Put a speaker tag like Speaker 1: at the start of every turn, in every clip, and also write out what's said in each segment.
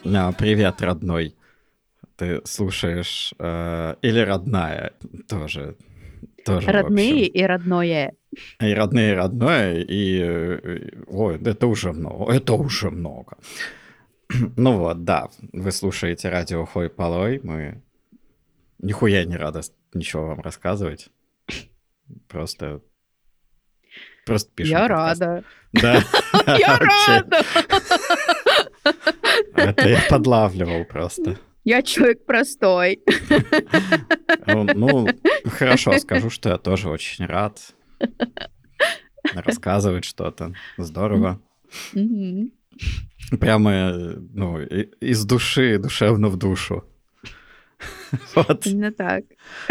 Speaker 1: Привет, родной. Ты слушаешь... или родная тоже, в
Speaker 2: Родные
Speaker 1: общем.
Speaker 2: и родное.
Speaker 1: И родные, и родное, ой, это уже много, это уже много. Ну вот, да, вы слушаете радио Хой Полой, мы нихуя не рады ничего вам рассказывать, просто, просто пишем
Speaker 2: Я
Speaker 1: подкаст.
Speaker 2: рада.
Speaker 1: Да,
Speaker 2: Я
Speaker 1: окей.
Speaker 2: рада.
Speaker 1: Это я подлавливал просто.
Speaker 2: Я человек простой.
Speaker 1: Ну, хорошо, скажу, что я тоже очень рад рассказывать что-то. Здорово.
Speaker 2: Мгм.
Speaker 1: Прямо, ну, из души, душевно в душу. Вот.
Speaker 2: Именно так.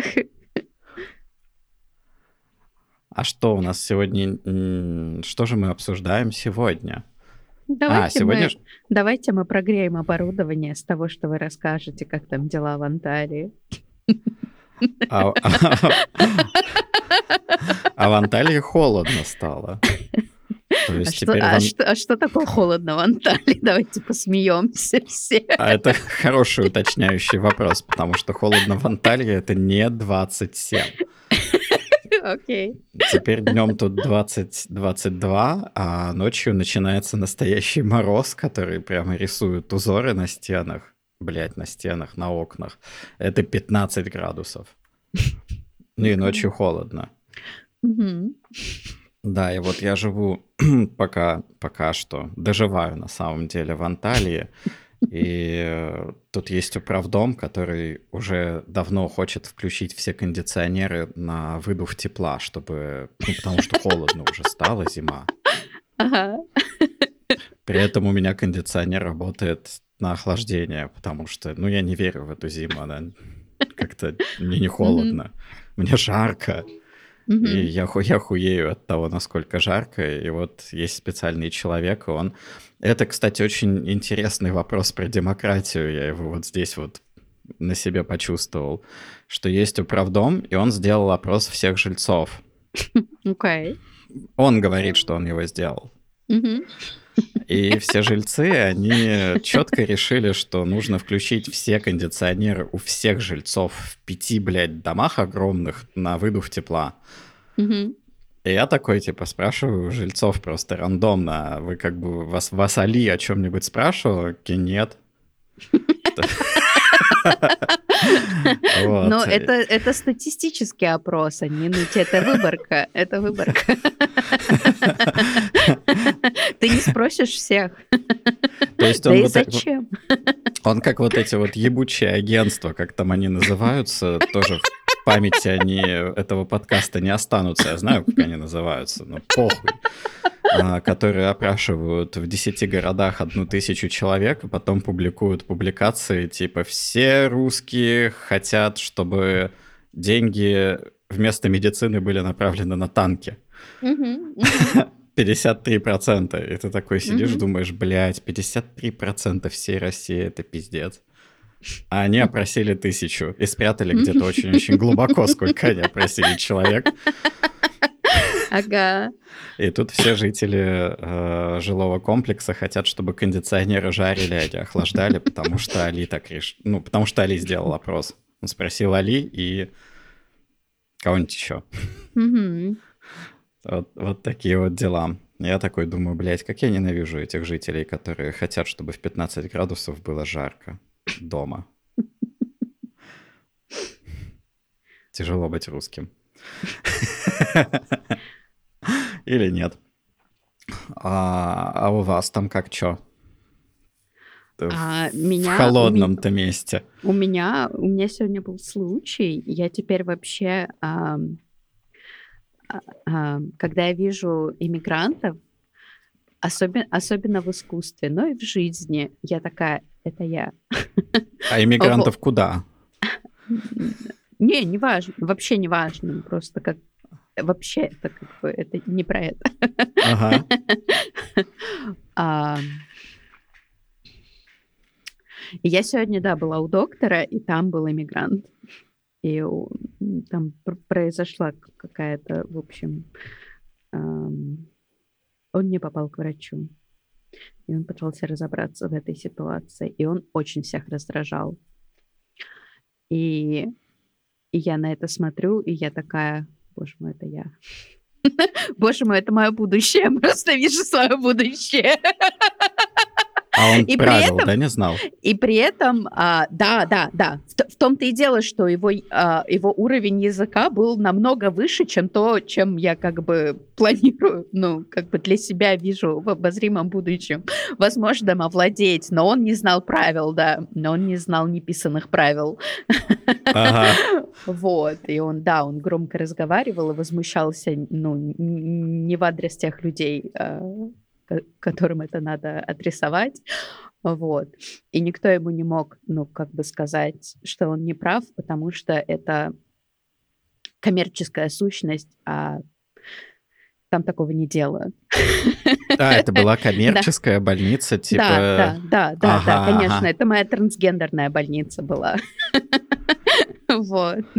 Speaker 1: А что у нас сегодня? Что же мы обсуждаем сегодня?
Speaker 2: Давайте
Speaker 1: Сегодня...
Speaker 2: мы, давайте мы прогреем оборудование с того, что вы расскажете, как там дела в Анталии.
Speaker 1: А, а в Анталии холодно стало. То
Speaker 2: А
Speaker 1: есть
Speaker 2: что,
Speaker 1: теперь
Speaker 2: а что такое холодно в Анталии? Давайте посмеемся все.
Speaker 1: А это хороший уточняющий вопрос, потому что холодно в Анталии это не 27.
Speaker 2: Окей.
Speaker 1: Теперь днем тут 20-22, а ночью начинается настоящий мороз, который прямо рисует узоры на стенах. Блять, на стенах, на окнах. Это 15 градусов. Ну и ночью холодно.
Speaker 2: Мгм.
Speaker 1: Да, и вот я живу пока что, доживаю на самом деле в Анталии. И тут есть управдом, который уже давно хочет включить все кондиционеры на выдув тепла, чтобы... Ну, потому что холодно уже стало, зима.
Speaker 2: Ага.
Speaker 1: При этом у меня кондиционер работает на охлаждение, потому что, ну, я не верю в эту зиму, она как-то... Мне не
Speaker 2: Мгм.
Speaker 1: холодно, мне жарко. И
Speaker 2: Мгм.
Speaker 1: я хуею от того, насколько жарко. И вот есть специальный человек, и он... Это, кстати, очень интересный вопрос про демократию. Я его вот здесь вот на себе почувствовал. Что есть управдом, и он сделал опрос всех жильцов.
Speaker 2: Окей.
Speaker 1: Он говорит, что он его сделал.
Speaker 2: Мгм.
Speaker 1: И все жильцы, они четко решили, что нужно включить все кондиционеры у всех жильцов в 5, блядь, домах огромных на выдув тепла.
Speaker 2: Мгм.
Speaker 1: И я такой, типа, спрашиваю у жильцов просто рандомно, вы как бы, вас Али о чем-нибудь спрашивал? Такие, нет.
Speaker 2: Но
Speaker 1: Вот.
Speaker 2: это статистический опрос, это выборка, это выборка. Ты не спросишь всех.
Speaker 1: То есть
Speaker 2: Да
Speaker 1: он
Speaker 2: и
Speaker 1: вот...
Speaker 2: зачем?
Speaker 1: Он как вот эти вот ебучие агентства, как там они называются, тоже в памяти они этого подкаста не останутся. Я знаю, как они называются, но похуй. Которые опрашивают в 10 городах 1000 человек, и потом публикуют публикации, типа «Все русские хотят, чтобы деньги вместо медицины были направлены на танки».
Speaker 2: Мгм, мгм,
Speaker 1: 53%. И ты такой сидишь,
Speaker 2: мгм.
Speaker 1: думаешь, блядь, 53% всей России — это пиздец. А они опросили 1000 и спрятали где-то очень-очень глубоко, сколько они опросили человек.
Speaker 2: Ага.
Speaker 1: И тут все жители жилого комплекса хотят, чтобы кондиционеры жарили, а не охлаждали, потому что Али так решил. Ну, потому что Али сделал опрос. Он спросил Али и кого-нибудь еще.
Speaker 2: Мгм.
Speaker 1: Вот такие вот дела. Я такой думаю, блядь, как я ненавижу этих жителей, которые хотят, чтобы в 15 градусов было жарко дома. Тяжело быть русским. Или нет? А у вас там как чё?
Speaker 2: А
Speaker 1: В
Speaker 2: меня, у меня,
Speaker 1: холодном-то месте.
Speaker 2: у меня сегодня был случай. Я теперь вообще, когда я вижу иммигрантов, особенно в искусстве, но и в жизни, я такая, это я.
Speaker 1: А
Speaker 2: Ого.
Speaker 1: иммигрантов куда?
Speaker 2: Не, не важно, вообще не важно, просто как вообще это как бы это не про это.
Speaker 1: Ага.
Speaker 2: А, и я сегодня, да, была у доктора, и там был иммигрант. И там произошла какая-то, в общем, он не попал к врачу. И он пытался разобраться в этой ситуации, и он очень всех раздражал. И я на это смотрю, и я такая: боже мой, это я. Боже мой, это мое будущее. Я просто вижу свое будущее.
Speaker 1: А он
Speaker 2: И при
Speaker 1: правил,
Speaker 2: этом,
Speaker 1: да, не знал?
Speaker 2: и при этом, да. В том-то и дело, что его уровень языка был намного выше, чем то, чем я как бы планирую, ну, как бы для себя вижу в обозримом будущем. Возможно, овладеть, но он не знал правил, да, но он не знал неписанных правил.
Speaker 1: Ага.
Speaker 2: Вот, и он громко разговаривал и возмущался, ну, не в адрес тех людей, которым это надо адресовать, вот. И никто ему не мог, ну, как бы сказать, что он не прав, потому что это коммерческая сущность, а там такого не делают.
Speaker 1: Это была коммерческая больница, типа...
Speaker 2: Да, конечно, это моя трансгендерная больница была. Вот.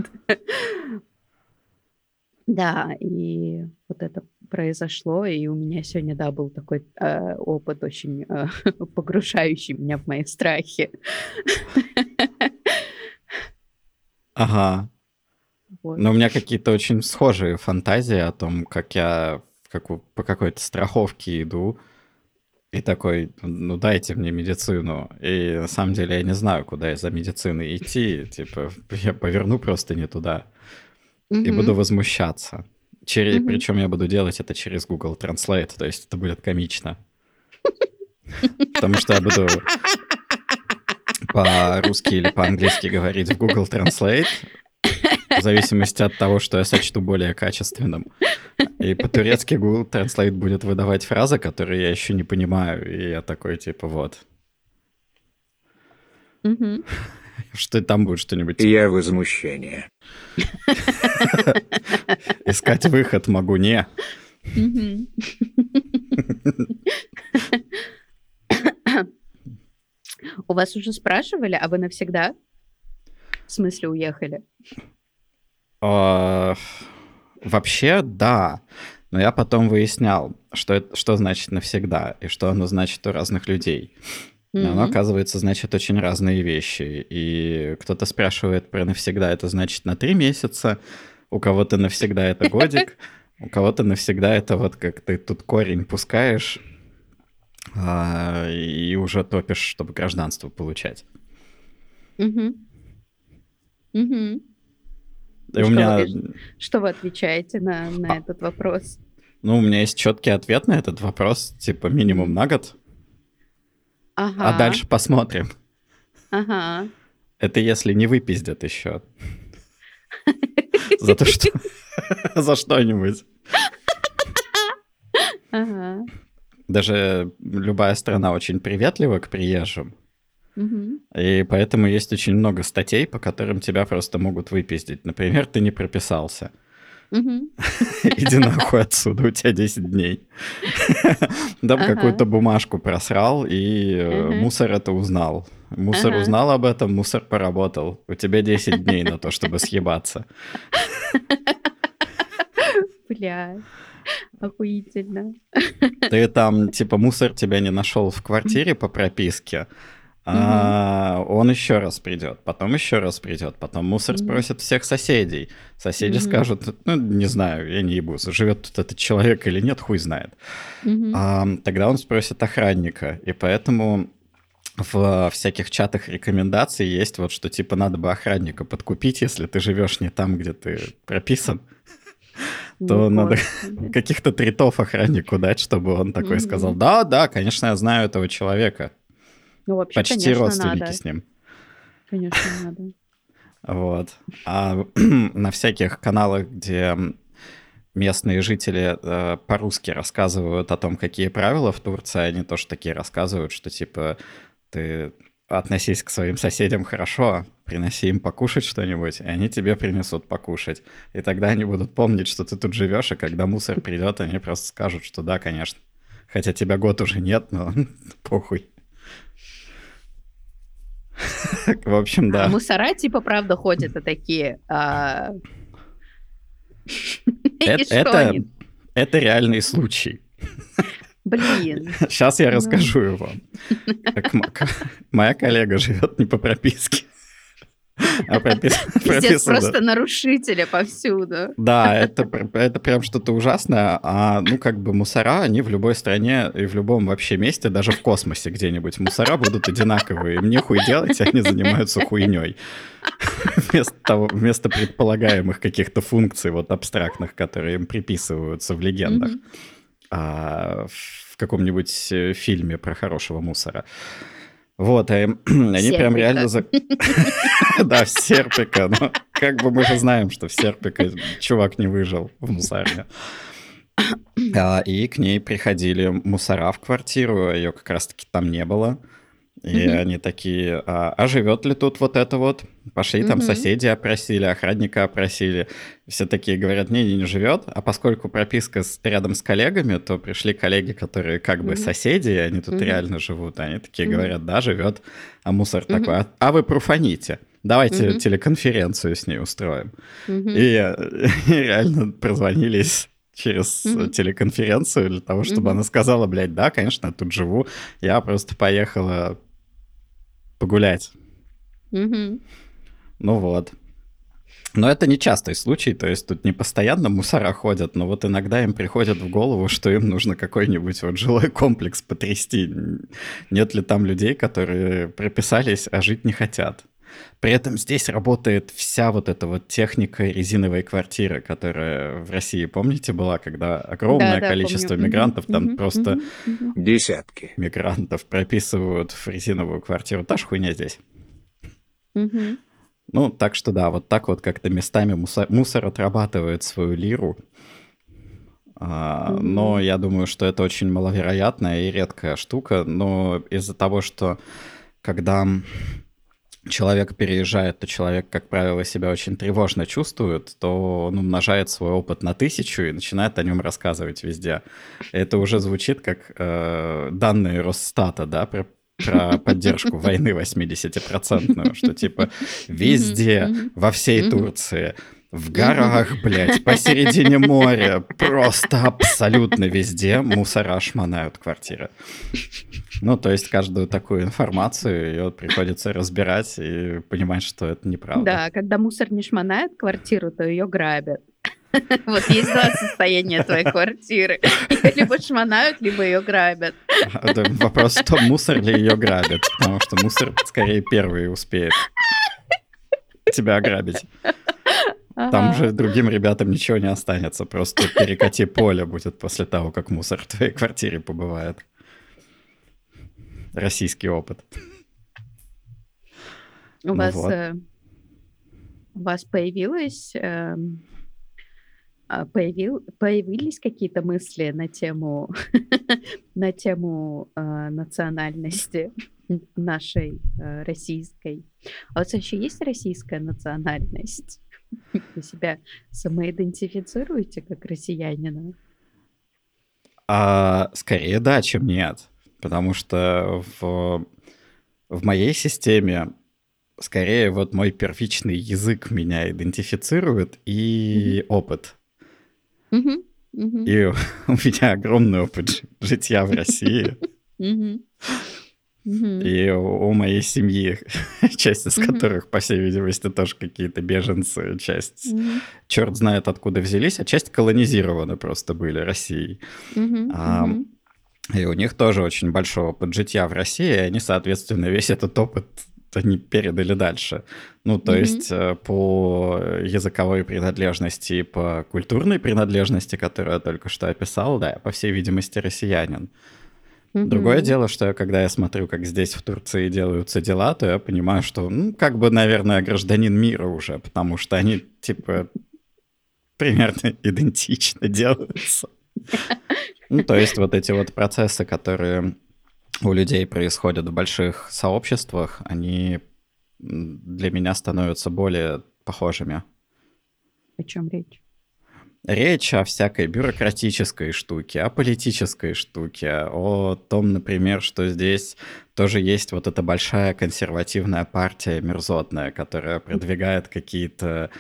Speaker 2: Да, и вот это произошло, и у меня сегодня, да, был такой опыт очень погружающий меня в мои страхи.
Speaker 1: Ага.
Speaker 2: Вот.
Speaker 1: Но у меня какие-то очень схожие фантазии о том, как я по какой-то страховке иду, и такой, ну дайте мне медицину. И на самом деле я не знаю, куда за медициной идти. Типа, я поверну просто не туда. И буду возмущаться. Причем я буду делать это через Google Translate, то есть это будет комично. Потому что я буду по-русски или по-английски говорить в Google Translate, в зависимости от того, что я сочту более качественным. И по-турецки Google Translate будет выдавать фразы, которые я еще не понимаю. И я такой, типа, вот. Что там будет что-нибудь?
Speaker 3: Я возмущение.
Speaker 1: Искать выход могу не.
Speaker 2: У вас уже спрашивали, а вы навсегда? В смысле уехали?
Speaker 1: Вообще, да. Но я потом выяснял, что значит навсегда, и что оно значит у разных людей. Но оно, оказывается, значит очень разные вещи. И кто-то спрашивает про навсегда, это значит на 3 месяца, у кого-то навсегда это годик, у кого-то навсегда это вот как ты тут корень пускаешь и уже топишь, чтобы гражданство получать. И у меня...
Speaker 2: Что вы отвечаете на этот вопрос?
Speaker 1: Ну, у меня есть четкий ответ на этот вопрос, типа минимум на год. А дальше посмотрим.
Speaker 2: Ага.
Speaker 1: Это если не выпиздят еще. За то, что... За что-нибудь.
Speaker 2: Ага.
Speaker 1: Даже любая страна очень приветлива к приезжим. И поэтому есть очень много статей, по которым тебя просто могут выпиздить. Например, ты не прописался. Иди нахуй отсюда, у тебя 10 дней. Там какую-то бумажку просрал, и мусор это узнал. Мусор узнал об этом, мусор поработал. У тебя 10 дней на то, чтобы съебаться.
Speaker 2: Бля, охуительно.
Speaker 1: Ты там, типа, мусор тебя не нашел в квартире по прописке, он еще раз придет, потом еще раз придет, потом мусор спросит всех соседей. Соседи скажут, ну, не знаю, я не ебу, живет тут этот человек или нет, хуй знает. Тогда он спросит охранника, и поэтому в всяких чатах рекомендаций есть вот, что типа надо бы охранника подкупить, если ты живешь не там, где ты прописан. То надо каких-то тритов охраннику дать, чтобы он такой сказал, да, конечно, я знаю этого человека.
Speaker 2: Ну, вообще,
Speaker 1: почти
Speaker 2: конечно,
Speaker 1: родственники
Speaker 2: надо.
Speaker 1: с ним.
Speaker 2: Конечно, надо.
Speaker 1: Вот. А на всяких каналах, где местные жители по-русски рассказывают о том, какие правила в Турции, они тоже такие рассказывают, что типа ты относись к своим соседям хорошо, приноси им покушать что-нибудь, и они тебе принесут покушать. И тогда они будут помнить, что ты тут живешь, и когда мусор придет, они просто скажут, что да, конечно. Хотя тебя год уже нет, но похуй. В общем, да.
Speaker 2: Мусора, типа, правда, ходят и такие...
Speaker 1: Это реальный случай.
Speaker 2: Блин.
Speaker 1: Сейчас я расскажу его. Моя коллега живет не по прописке.
Speaker 2: Пиздец, просто нарушители повсюду.
Speaker 1: Да, это прям что-то ужасное. Ну, как бы мусора, они в любой стране и в любом вообще месте, даже в космосе где-нибудь, мусора будут одинаковые. Им нехуй делать, они занимаются хуйней. Вместо предполагаемых каких-то функций вот абстрактных, которые им приписываются в легендах. В каком-нибудь фильме про хорошего мусора. Вот, они прям реально... Да, в Серпика. Но как бы мы же знаем, что в Серпика чувак не выжил в мусорне. И к ней приходили мусора в квартиру, ее как раз-таки там не было. И они такие, а живет ли тут вот это вот? Пошли, там соседи опросили, охранника опросили. Все такие говорят, не живет. А поскольку прописка рядом с коллегами, то пришли коллеги, которые как бы соседи, и они тут реально живут. Они такие говорят, да, живет. А мусор такой, а вы пруфаните. Давайте телеконференцию с ней устроим. И реально прозвонились через телеконференцию для того, чтобы она сказала, блядь, да, конечно, я тут живу. Я просто поехала погулять. Ну вот. Но это не частый случай, то есть тут не постоянно мусора ходят, но вот иногда им приходит в голову, что им нужно какой-нибудь вот жилой комплекс потрясти. Нет ли там людей, которые прописались, а жить не хотят? При этом здесь работает вся вот эта вот техника резиновой квартиры, которая в России, помните, была, когда огромное количество мигрантов, там просто
Speaker 3: десятки
Speaker 1: мигрантов прописывают в резиновую квартиру. Та же хуйня здесь. Ну, так что да, вот так вот как-то местами мусор отрабатывает свою лиру. Но я думаю, что это очень маловероятная и редкая штука. Но из-за того, что когда человек переезжает, то человек, как правило, себя очень тревожно чувствует, то он умножает свой опыт на 1000 и начинает о нем рассказывать везде. Это уже звучит как данные Росстата, да, про поддержку войны 80%, что типа везде, во всей Турции, в горах, блядь, посередине моря, просто абсолютно везде мусора шмонают квартиры. Ну, то есть каждую такую информацию ее приходится разбирать и понимать, что это неправда.
Speaker 2: Да, когда мусор не шмонает квартиру, то ее грабят. Вот есть два состояния твоей квартиры. Ее либо шмонают, либо ее грабят.
Speaker 1: Вопрос в том, мусор ли ее грабят, потому что мусор скорее первый успеет тебя ограбить. Там уже другим ребятам ничего не останется, просто перекати поле будет после того, как мусор в твоей квартире побывает. Российский опыт.
Speaker 2: У вас появились какие-то мысли на тему национальности нашей российской? А у вас вообще есть российская национальность? Вы себя самоидентифицируете как россиянина?
Speaker 1: Скорее да, чем нет. Потому что в моей системе скорее вот мой первичный язык меня идентифицирует и опыт. И у меня огромный опыт житья в России. И у моей семьи, часть из которых, по всей видимости, тоже какие-то беженцы, часть черт знает откуда взялись, а часть колонизированы просто были Россией. И у них тоже очень большой опыт житья в России, и они, соответственно, весь этот опыт они передали дальше. Ну, то есть по языковой принадлежности и по культурной принадлежности, которую я только что описал, да, я, по всей видимости, россиянин. Другое дело, что когда я смотрю, как здесь в Турции делаются дела, то я понимаю, что, ну, как бы, наверное, гражданин мира уже, потому что они, типа, примерно идентично делаются. Ну, то есть вот эти вот процессы, которые у людей происходят в больших сообществах, они для меня становятся более похожими.
Speaker 2: О чем речь?
Speaker 1: Речь о всякой бюрократической штуке, о политической штуке, о том, например, что здесь тоже есть вот эта большая консервативная партия мерзотная, которая продвигает какие-то...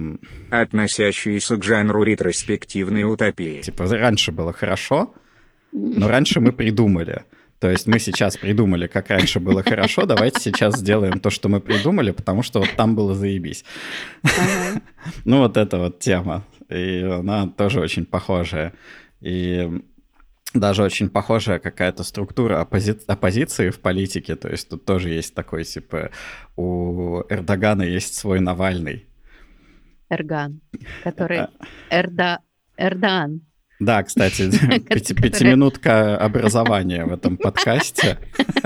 Speaker 3: относящиеся к жанру ретроспективной утопии.
Speaker 1: Типа раньше было хорошо, Но раньше мы придумали. То есть мы сейчас придумали, как раньше было хорошо, давайте сейчас сделаем то, что мы придумали, потому что вот там было заебись. Ну, вот эта вот тема. И она тоже очень похожая. И даже очень похожая какая-то структура оппозиции в политике. То есть тут тоже есть такой, типа, у Эрдогана есть свой Навальный.
Speaker 2: Эрган, который Эрдан.
Speaker 1: Да, кстати, пятиминутка образования в этом подкасте.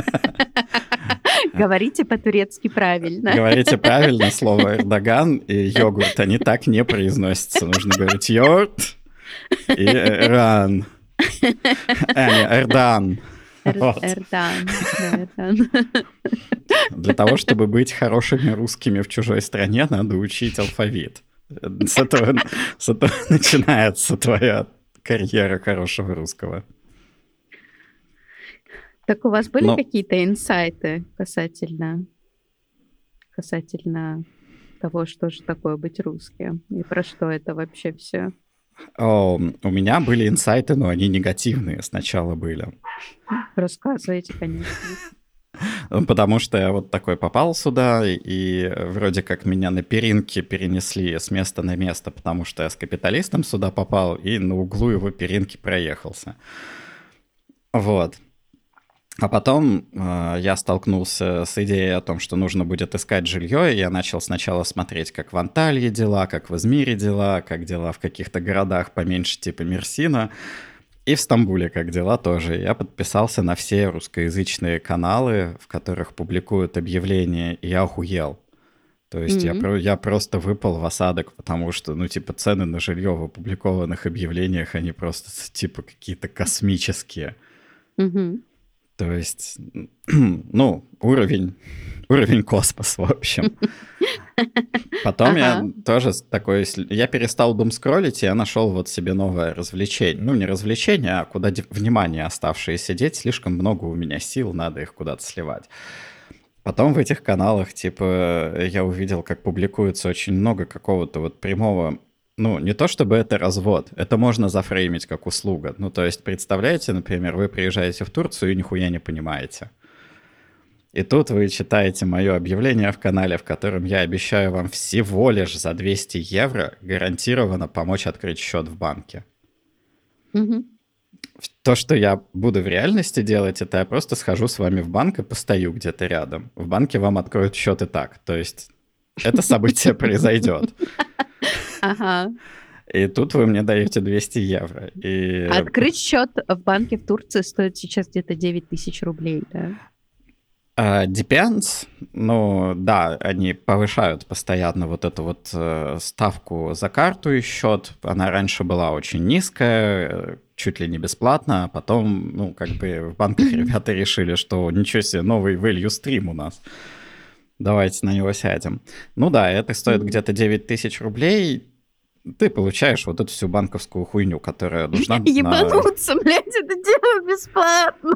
Speaker 2: Говорите по-турецки правильно.
Speaker 1: Говорите правильно слово «Эрдоган» и «йогурт». Они так не произносятся. Нужно говорить «йогурт» и «эран». Эрдан.
Speaker 2: Эрдан.
Speaker 1: Для того, чтобы быть хорошими русскими в чужой стране, надо учить алфавит. С этого начинается твоя карьера хорошего русского.
Speaker 2: Так у вас были какие-то инсайты касательно того, что же такое быть русским? И про что это вообще все?
Speaker 1: У меня были инсайты, но они негативные сначала были.
Speaker 2: Рассказывайте, конечно.
Speaker 1: Потому что я вот такой попал сюда, и вроде как меня на перинке перенесли с места на место, потому что я с капиталистом сюда попал, и на углу его перинки проехался. Вот. А потом я столкнулся с идеей о том, что нужно будет искать жилье, и я начал сначала смотреть, как в Анталье дела, как в Измире дела, как дела в каких-то городах поменьше типа Мерсина, и в Стамбуле как дела тоже. Я подписался на все русскоязычные каналы, в которых публикуют объявления, и я охуел. То есть я просто выпал в осадок, потому что, ну, типа, цены на жилье в опубликованных объявлениях, они просто, типа, какие-то космические. То есть, ну, уровень космос, в общем. Потом я тоже такой... Я перестал думскроллить, и я нашел вот себе новое развлечение. Ну, не развлечение, а куда внимание оставшееся деть. Слишком много у меня сил, надо их куда-то сливать. Потом в этих каналах, типа, я увидел, как публикуется очень много какого-то вот прямого... Ну, не то чтобы это развод, это можно зафреймить как услуга. Ну, то есть, представляете, например, вы приезжаете в Турцию и нихуя не понимаете. И тут вы читаете мое объявление в канале, в котором я обещаю вам всего лишь за 200 евро гарантированно помочь открыть счет в банке. То, что я буду в реальности делать, это я просто схожу с вами в банк и постою где-то рядом. В банке вам откроют счет и так. То есть это событие произойдет.
Speaker 2: Ага.
Speaker 1: И тут вы мне даете 200 евро. И...
Speaker 2: Открыть счет в банке в Турции стоит сейчас где-то 9 тысяч рублей, да?
Speaker 1: Depends. Ну, да, они повышают постоянно вот эту вот ставку за карту и счет. Она раньше была очень низкая, чуть ли не бесплатно, а потом, ну, как бы в банках ребята решили, что ничего себе, новый value stream у нас. Давайте на него сядем. Ну да, это стоит где-то 9 тысяч рублей. Ты получаешь вот эту всю банковскую хуйню, которая нужна...
Speaker 2: Ебануться, блядь, это дело бесплатно.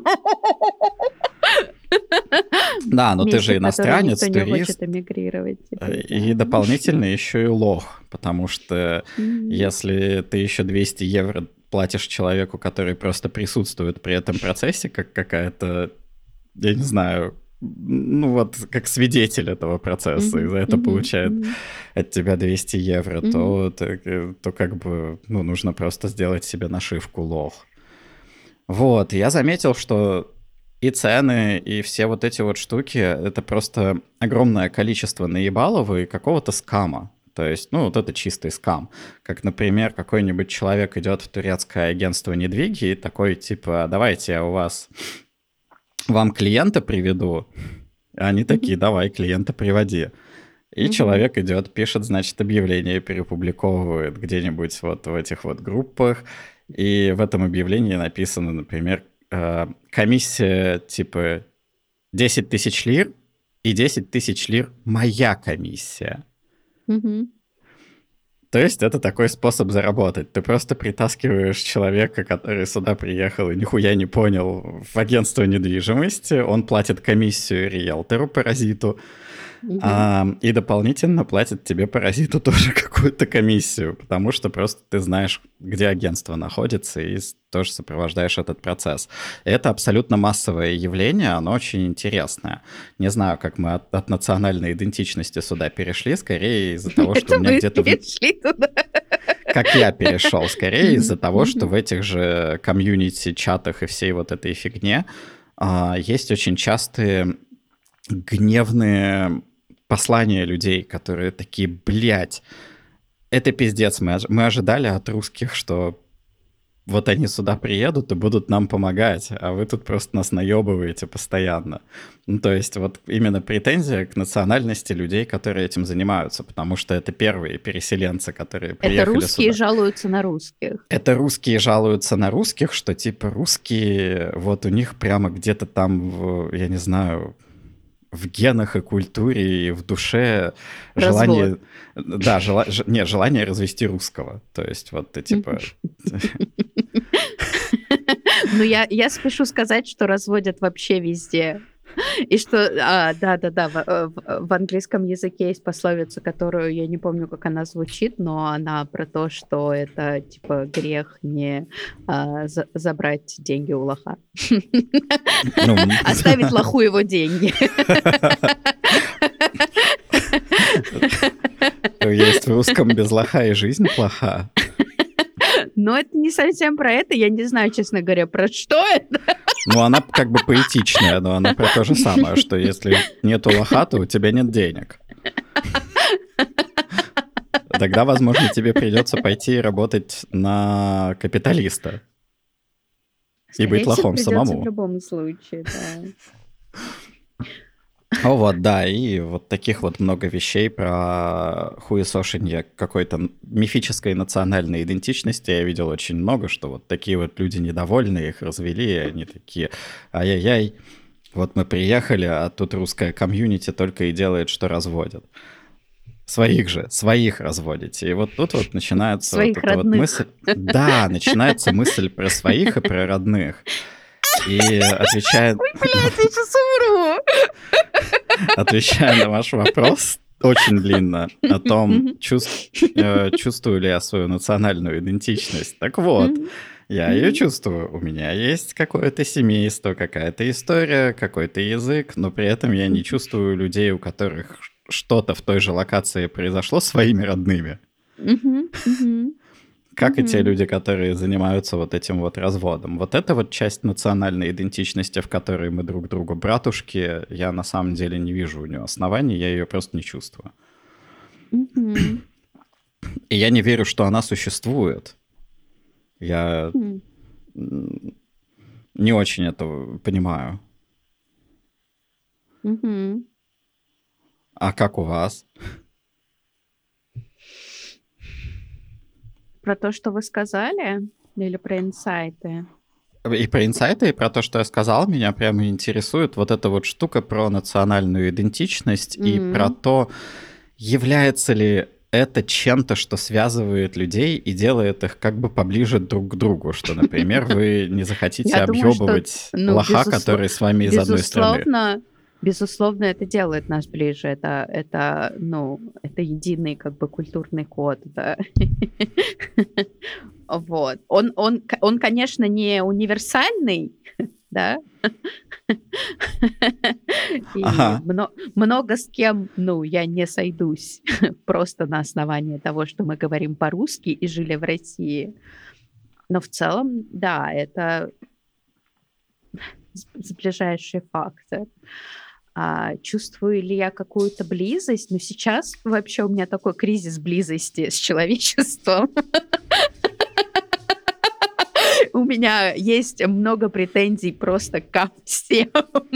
Speaker 1: Да, но ты же иностранец, турист. И дополнительно еще и лох, потому что если ты еще 200 евро платишь человеку, который просто присутствует при этом процессе, как какая-то, я не знаю... Ну вот, как свидетель этого процесса, и за это получает от тебя 200 евро, то как бы, ну, нужно просто сделать себе нашивку лох. Вот, я заметил, что и цены, и все вот эти вот штуки, это просто огромное количество наебалов и какого-то скама. То есть, ну, вот это чистый скам. Как, например, какой-нибудь человек идет в турецкое агентство недвиги и такой, типа, давайте я у вас... вам клиента приведу, они такие, давай, клиента приводи. И человек идет, пишет, значит, объявление, перепубликовывает где-нибудь вот в этих вот группах, и в этом объявлении написано, например, комиссия типа 10 тысяч лир, и 10 тысяч лир моя комиссия. То есть это такой способ заработать. Ты просто притаскиваешь человека, который сюда приехал и нихуя не понял, в агентство недвижимости. Он платит комиссию риэлтору, паразиту. И дополнительно платят тебе паразиту тоже какую-то комиссию, потому что просто ты знаешь, где агентство находится, и тоже сопровождаешь этот процесс. Это абсолютно массовое явление, оно очень интересное. Не знаю, как мы от национальной идентичности сюда перешли, скорее из-за того, что у меня где-то...
Speaker 2: перешли туда.
Speaker 1: Как я перешел, скорее из-за того, что в этих же комьюнити, чатах и всей вот этой фигне есть очень частые гневные послания людей, которые такие, блядь, это пиздец. Мы ожидали от русских, что вот они сюда приедут и будут нам помогать, а вы тут просто нас наебываете постоянно. Ну, то есть вот именно претензия к национальности людей, которые этим занимаются, потому что это первые переселенцы, которые приехали сюда.
Speaker 2: Это русские жалуются на русских.
Speaker 1: Это русские жалуются на русских, что типа русские, вот у них прямо где-то там, я не знаю, в генах и культуре, и в душе желание... Да, желание развести русского. То есть вот ты типа...
Speaker 2: Ну, я спешу сказать, что разводят вообще везде. И что, да, в английском языке есть пословица, которую я не помню, как она звучит, но она про то, что это типа грех не забрать деньги у лоха. Оставить лоху его деньги.
Speaker 1: Есть в русском без лоха и жизнь плоха.
Speaker 2: Но это не совсем про это, я не знаю, честно говоря, про что это.
Speaker 1: Ну, она как бы поэтичная, но она про то же самое, что если нету лоха, то у тебя нет денег. Тогда, возможно, тебе придется пойти работать на капиталиста. И быть лохом самому.
Speaker 2: В любом случае, да.
Speaker 1: О, вот, да, и вот таких вот много вещей про хуесошенье какой-то мифической национальной идентичности я видел очень много, что вот такие вот люди недовольны, их развели, и они такие, ай-яй-яй, вот мы приехали, а тут русская комьюнити только и делает, что разводят. Своих разводите. И вот тут вот начинается
Speaker 2: своих
Speaker 1: вот эта вот мысль. Да, начинается мысль про своих и про родных. И отвечая...
Speaker 2: Ой, блядь, я сейчас умру!
Speaker 1: Отвечая на ваш вопрос, очень длинно, о том, чувствую ли я свою национальную идентичность. Так вот, я ее чувствую. У меня есть какое-то семейство, какая-то история, какой-то язык, но при этом я не чувствую людей, у которых что-то в той же локации произошло, своими родными. Как и те люди, которые занимаются вот этим вот разводом. Вот это вот часть национальной идентичности, в которой мы друг другу братушки, я на самом деле не вижу у нее оснований, я ее просто не чувствую. И я не верю, что она существует. Я не очень это понимаю. А как у вас?
Speaker 2: Про то, что вы сказали? Или про инсайты?
Speaker 1: И про инсайты, и про то, что я сказал, меня прямо интересует вот эта вот штука про национальную идентичность и про то, является ли это чем-то, что связывает людей и делает их как бы поближе друг к другу, что, например, вы не захотите объебывать лоха, который с вами из одной страны.
Speaker 2: Безусловно, это делает нас ближе. Это единый как бы культурный код, да. Вот. Он, конечно, не универсальный, да. И много с кем, я не сойдусь просто на основании того, что мы говорим по-русски и жили в России. Но в целом, да, это сближающий фактор. Чувствую ли я какую-то близость? Но сейчас вообще у меня такой кризис близости с человечеством. У меня есть много претензий просто ко всем.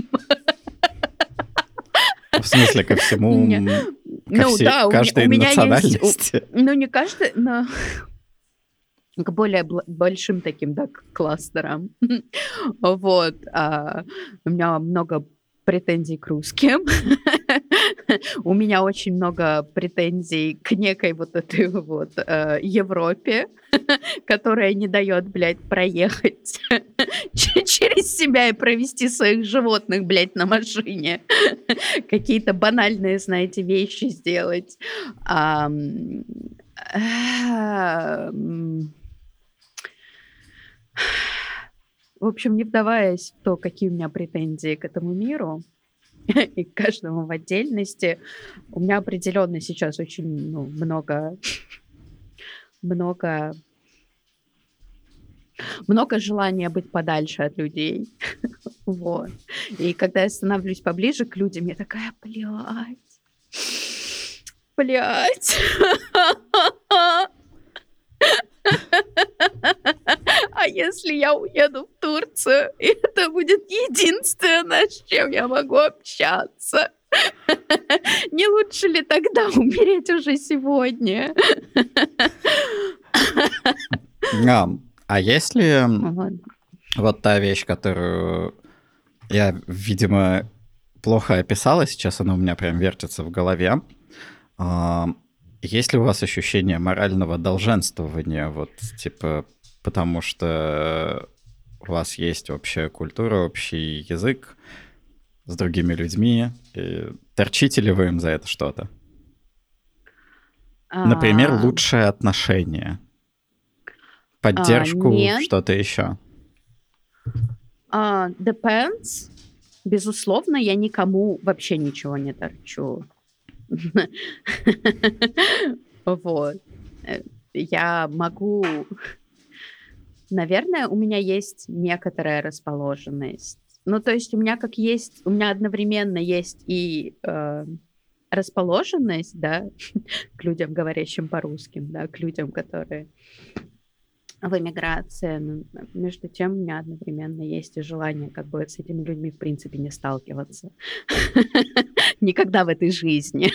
Speaker 1: В смысле, ко всему? Каждой национальности?
Speaker 2: Не каждой, но к более большим таким, да, кластерам. Вот. У меня много претензий к русским. У меня очень много претензий к некой вот этой вот Европе, которая не дает, блядь, проехать через из себя и провести своих животных, блядь, на машине. Какие-то банальные, знаете, вещи сделать. В общем, не вдаваясь в то, какие у меня претензии к этому миру и к каждому в отдельности, у меня определенно сейчас очень много желания быть подальше от людей. Вот. И когда я становлюсь поближе к людям, я такая, блядь. А если я уеду в Турцию, и это будет единственное, с чем я могу общаться? Не лучше ли тогда умереть уже сегодня?
Speaker 1: А если вот та вещь, которую я, видимо, плохо описала, сейчас она у меня прям вертится в голове. Есть ли у вас ощущение морального долженствования, вот, типа, потому что у вас есть общая культура, общий язык с другими людьми, и торчите ли вы им за это что-то? Например, лучшее отношение, поддержку, что-то еще?
Speaker 2: Depends. Безусловно, я никому вообще ничего не торчу. Вот. Я могу... Наверное, у меня есть некоторая расположенность. Ну, то есть у меня одновременно есть и расположенность, да, к людям, говорящим по-русски, да, к людям, которые в эмиграции. Но между тем, у меня одновременно есть и желание как бы с этими людьми в принципе не сталкиваться. Никогда в этой жизни.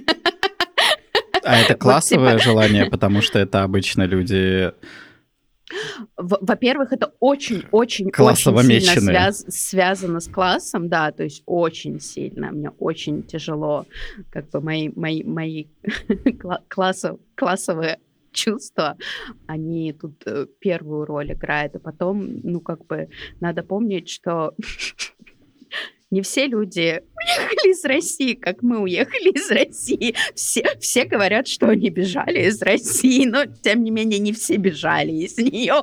Speaker 1: А это классовое желание, потому что это обычно люди...
Speaker 2: Во-первых, это очень-очень сильно связано с классом, да, то есть очень сильно. Мне очень тяжело, как бы мои классовые чувства, они тут первую роль играют, а потом, ну, как бы, надо помнить, что не все люди уехали из России, как мы уехали из России. Все говорят, что они бежали из России, но, тем не менее, не все бежали из нее.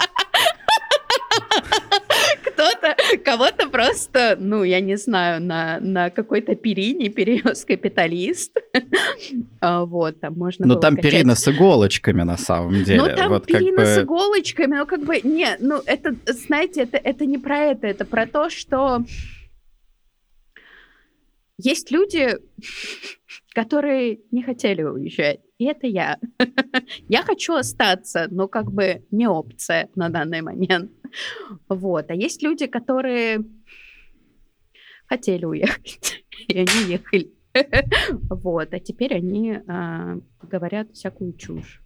Speaker 2: Кого-то просто, ну, я не знаю, на какой-то перине перевез капиталист. Вот, там можно было
Speaker 1: там перина с иголочками, на самом деле.
Speaker 2: Ну, там вот перина с иголочками, но как бы, не, ну, это, знаете, это не про это про то, что есть люди, которые не хотели уезжать, и это я. Я хочу остаться, но как бы не опция на данный момент. Вот. А есть люди, которые хотели уехать, и они уехали. Вот. А теперь они говорят всякую чушь.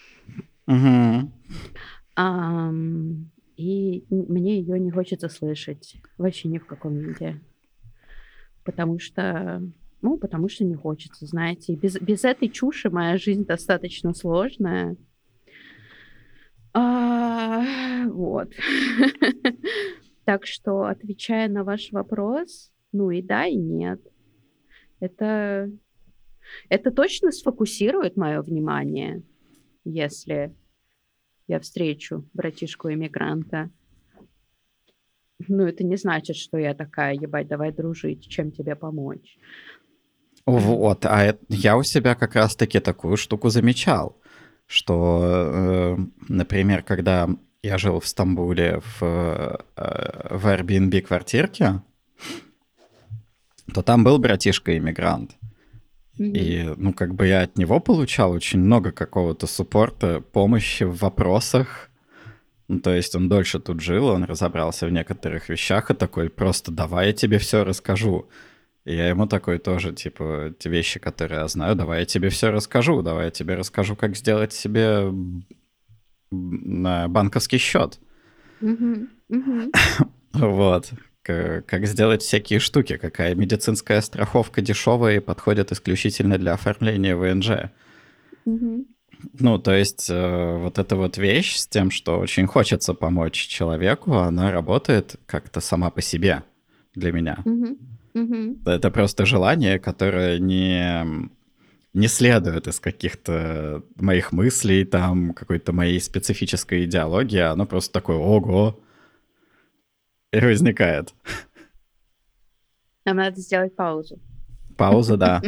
Speaker 2: И мне ее не хочется слышать. Вообще ни в каком виде. Потому что не хочется, знаете. Без этой чуши моя жизнь достаточно сложная. Вот. Так что, отвечая на ваш вопрос, ну и да, и нет. Это точно сфокусирует мое внимание, если я встречу братишку-эмигранта. Ну, это не значит, что я такая, ебать, давай дружить, чем тебе помочь.
Speaker 1: Вот, а я у себя как раз-таки такую штуку замечал, что, например, когда я жил в Стамбуле в Airbnb-квартирке, то там был братишка-иммигрант. И, ну, как бы я от него получал очень много какого-то суппорта, помощи в вопросах. Ну, то есть он дольше тут жил, он разобрался в некоторых вещах и такой, просто давай я тебе все расскажу. И я ему такой тоже, типа, те вещи, которые я знаю, давай я тебе все расскажу, давай я тебе расскажу, как сделать себе банковский счет. Вот. Как сделать всякие штуки, какая медицинская страховка дешевая и подходит исключительно для оформления ВНЖ. Ну, то есть вот эта вот вещь с тем, что очень хочется помочь человеку, она работает как-то сама по себе для меня.
Speaker 2: Мгм. Мгм.
Speaker 1: Это просто желание, которое не следует из каких-то моих мыслей, там, какой-то моей специфической идеологии, оно просто такое «Ого!» и возникает.
Speaker 2: Нам надо сделать паузу.
Speaker 1: Пауза, да.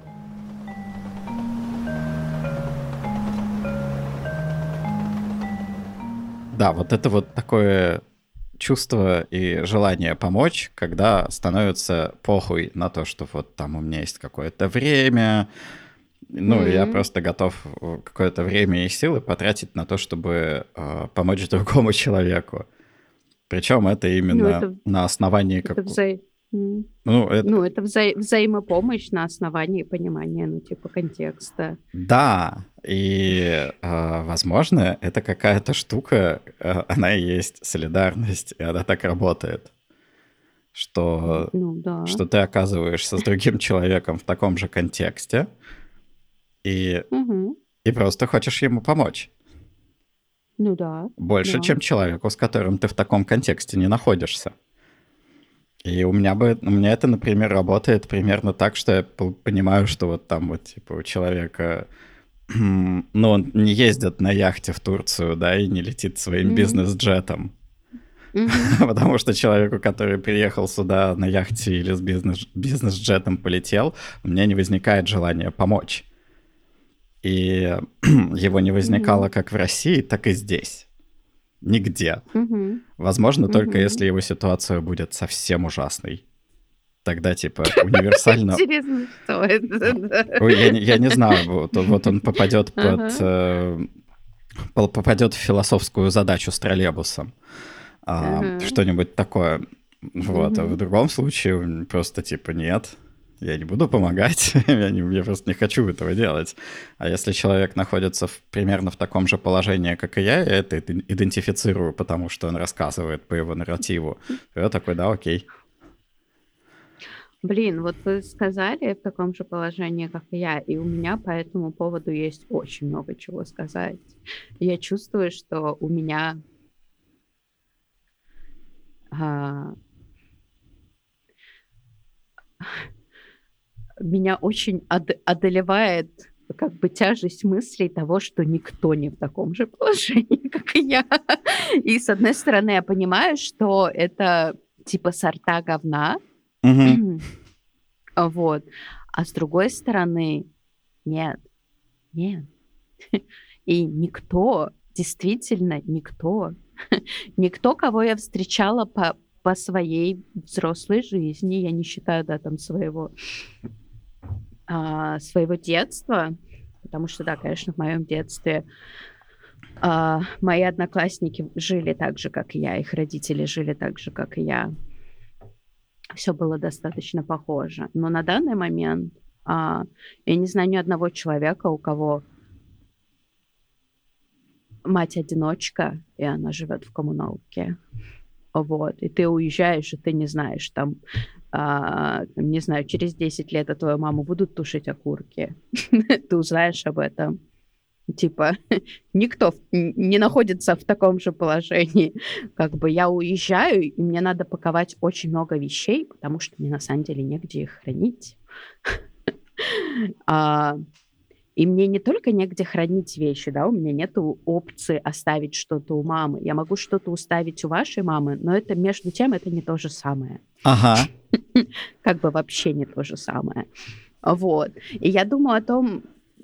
Speaker 1: Да, вот это вот такое чувство и желание помочь, когда становится похуй на то, что вот там у меня есть какое-то время, ну, я
Speaker 2: М.
Speaker 1: просто готов какое-то время и силы потратить на то, чтобы помочь другому человеку. Причем это
Speaker 2: Ну,
Speaker 1: именно на основании
Speaker 2: это
Speaker 1: как...
Speaker 2: вза м.
Speaker 1: Ну,
Speaker 2: Ну, это взаимопомощь на основании понимания, ну, типа, контекста.
Speaker 1: да, и, возможно, это какая-то штука, она и есть солидарность, и она так работает, что,
Speaker 2: Ну да.
Speaker 1: что ты оказываешься с другим человеком в таком же контексте и,
Speaker 2: Мгм.
Speaker 1: и просто хочешь ему помочь.
Speaker 2: Ну да,
Speaker 1: Больше,
Speaker 2: да.
Speaker 1: чем человеку, с которым ты в таком контексте не находишься. И у меня это, например, работает примерно так, что я понимаю, что вот там вот типа у человека, ну, он не ездит на яхте в Турцию, да, и не летит своим
Speaker 2: Мгм.
Speaker 1: бизнес-джетом.
Speaker 2: Мгм.
Speaker 1: Потому что человеку, который приехал сюда на яхте или с бизнес-джетом полетел, у меня не возникает желания помочь. И его не возникало
Speaker 2: Мгм.
Speaker 1: как в России, так и здесь. Нигде.
Speaker 2: Мгм.
Speaker 1: Возможно, только
Speaker 2: Мгм.
Speaker 1: если его ситуация будет совсем ужасной. Тогда, типа, универсально...
Speaker 2: Интересно, что это, да.
Speaker 1: Ой, я не знаю, вот он попадет
Speaker 2: Ага,
Speaker 1: попадет в философскую задачу с троллейбусом.
Speaker 2: ага.
Speaker 1: Что-нибудь такое. Вот. А в
Speaker 2: Мгм.
Speaker 1: другом случае просто типа нет, я не буду помогать, я просто не хочу этого делать. А если человек находится примерно в таком же положении, как и я это идентифицирую, потому что он рассказывает по его нарративу, то я такой, да, окей.
Speaker 2: Блин, вот вы сказали в таком же положении, как и я, и у меня по этому поводу есть очень много чего сказать. Я чувствую, что у меня а, меня очень одолевает как бы тяжесть мыслей того, что никто не в таком же положении, как и я. И с одной стороны, я понимаю, что это типа сорта говна,
Speaker 1: Мгм.
Speaker 2: вот, а с другой стороны, нет, нет. И никто, действительно никто, никто, кого я встречала по своей взрослой жизни, я не считаю, да, там своего детства, потому что, да, конечно, в моем детстве мои одноклассники жили так же, как и я, их родители жили так же, как и я. Все было достаточно похоже. Но на данный момент я не знаю ни одного человека, у кого мать-одиночка, и она живет в коммуналке. Вот. И ты уезжаешь, и ты не знаешь, не знаю, через 10 лет твою маму будут тушить окурки. Ты узнаешь об этом. Типа, никто не находится в таком же положении. Как бы я уезжаю, и мне надо паковать очень много вещей, потому что мне на самом деле негде их хранить. А, И мне не только негде хранить вещи, да, у меня нету опции оставить что-то у мамы. Я могу что-то оставить у вашей мамы, но это между тем это не то же самое.
Speaker 1: Ага.
Speaker 2: Как бы вообще не то же самое. Вот. И я думаю о том,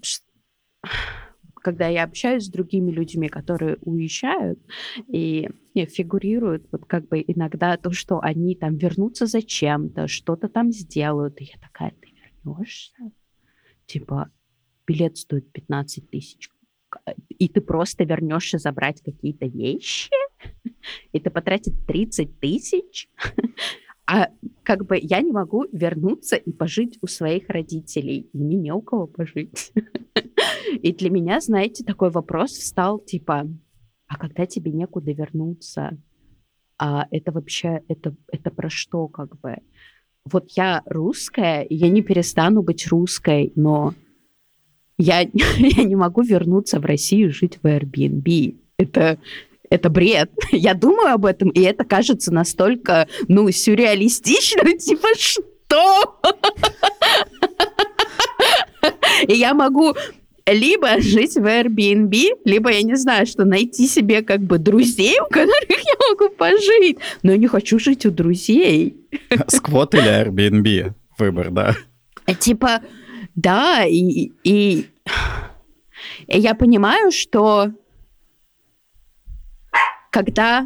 Speaker 2: когда я общаюсь с другими людьми, которые уезжают, и фигурируют вот как бы иногда то, что они там вернутся зачем-то, что-то там сделают. И я такая: ты вернешься? Типа, билет стоит 15 тысяч, и ты просто вернешься забрать какие-то вещи, и ты потратишь 30 тысяч, а как бы я не могу вернуться и пожить у своих родителей. Мне не у кого пожить. И для меня, знаете, такой вопрос встал, типа, а когда тебе некуда вернуться? А это вообще, это про что как бы? Вот я русская, и я не перестану быть русской, но я не могу вернуться в Россию и жить в Airbnb. Это бред. Я думаю об этом, и это кажется настолько, сюрреалистично, типа, что? И я могу либо жить в Airbnb, либо, я не знаю, что найти себе как бы друзей, у которых я могу пожить. Но я не хочу жить у друзей.
Speaker 1: Сквот или Airbnb? Выбор, да.
Speaker 2: Типа, да, и я понимаю, что когда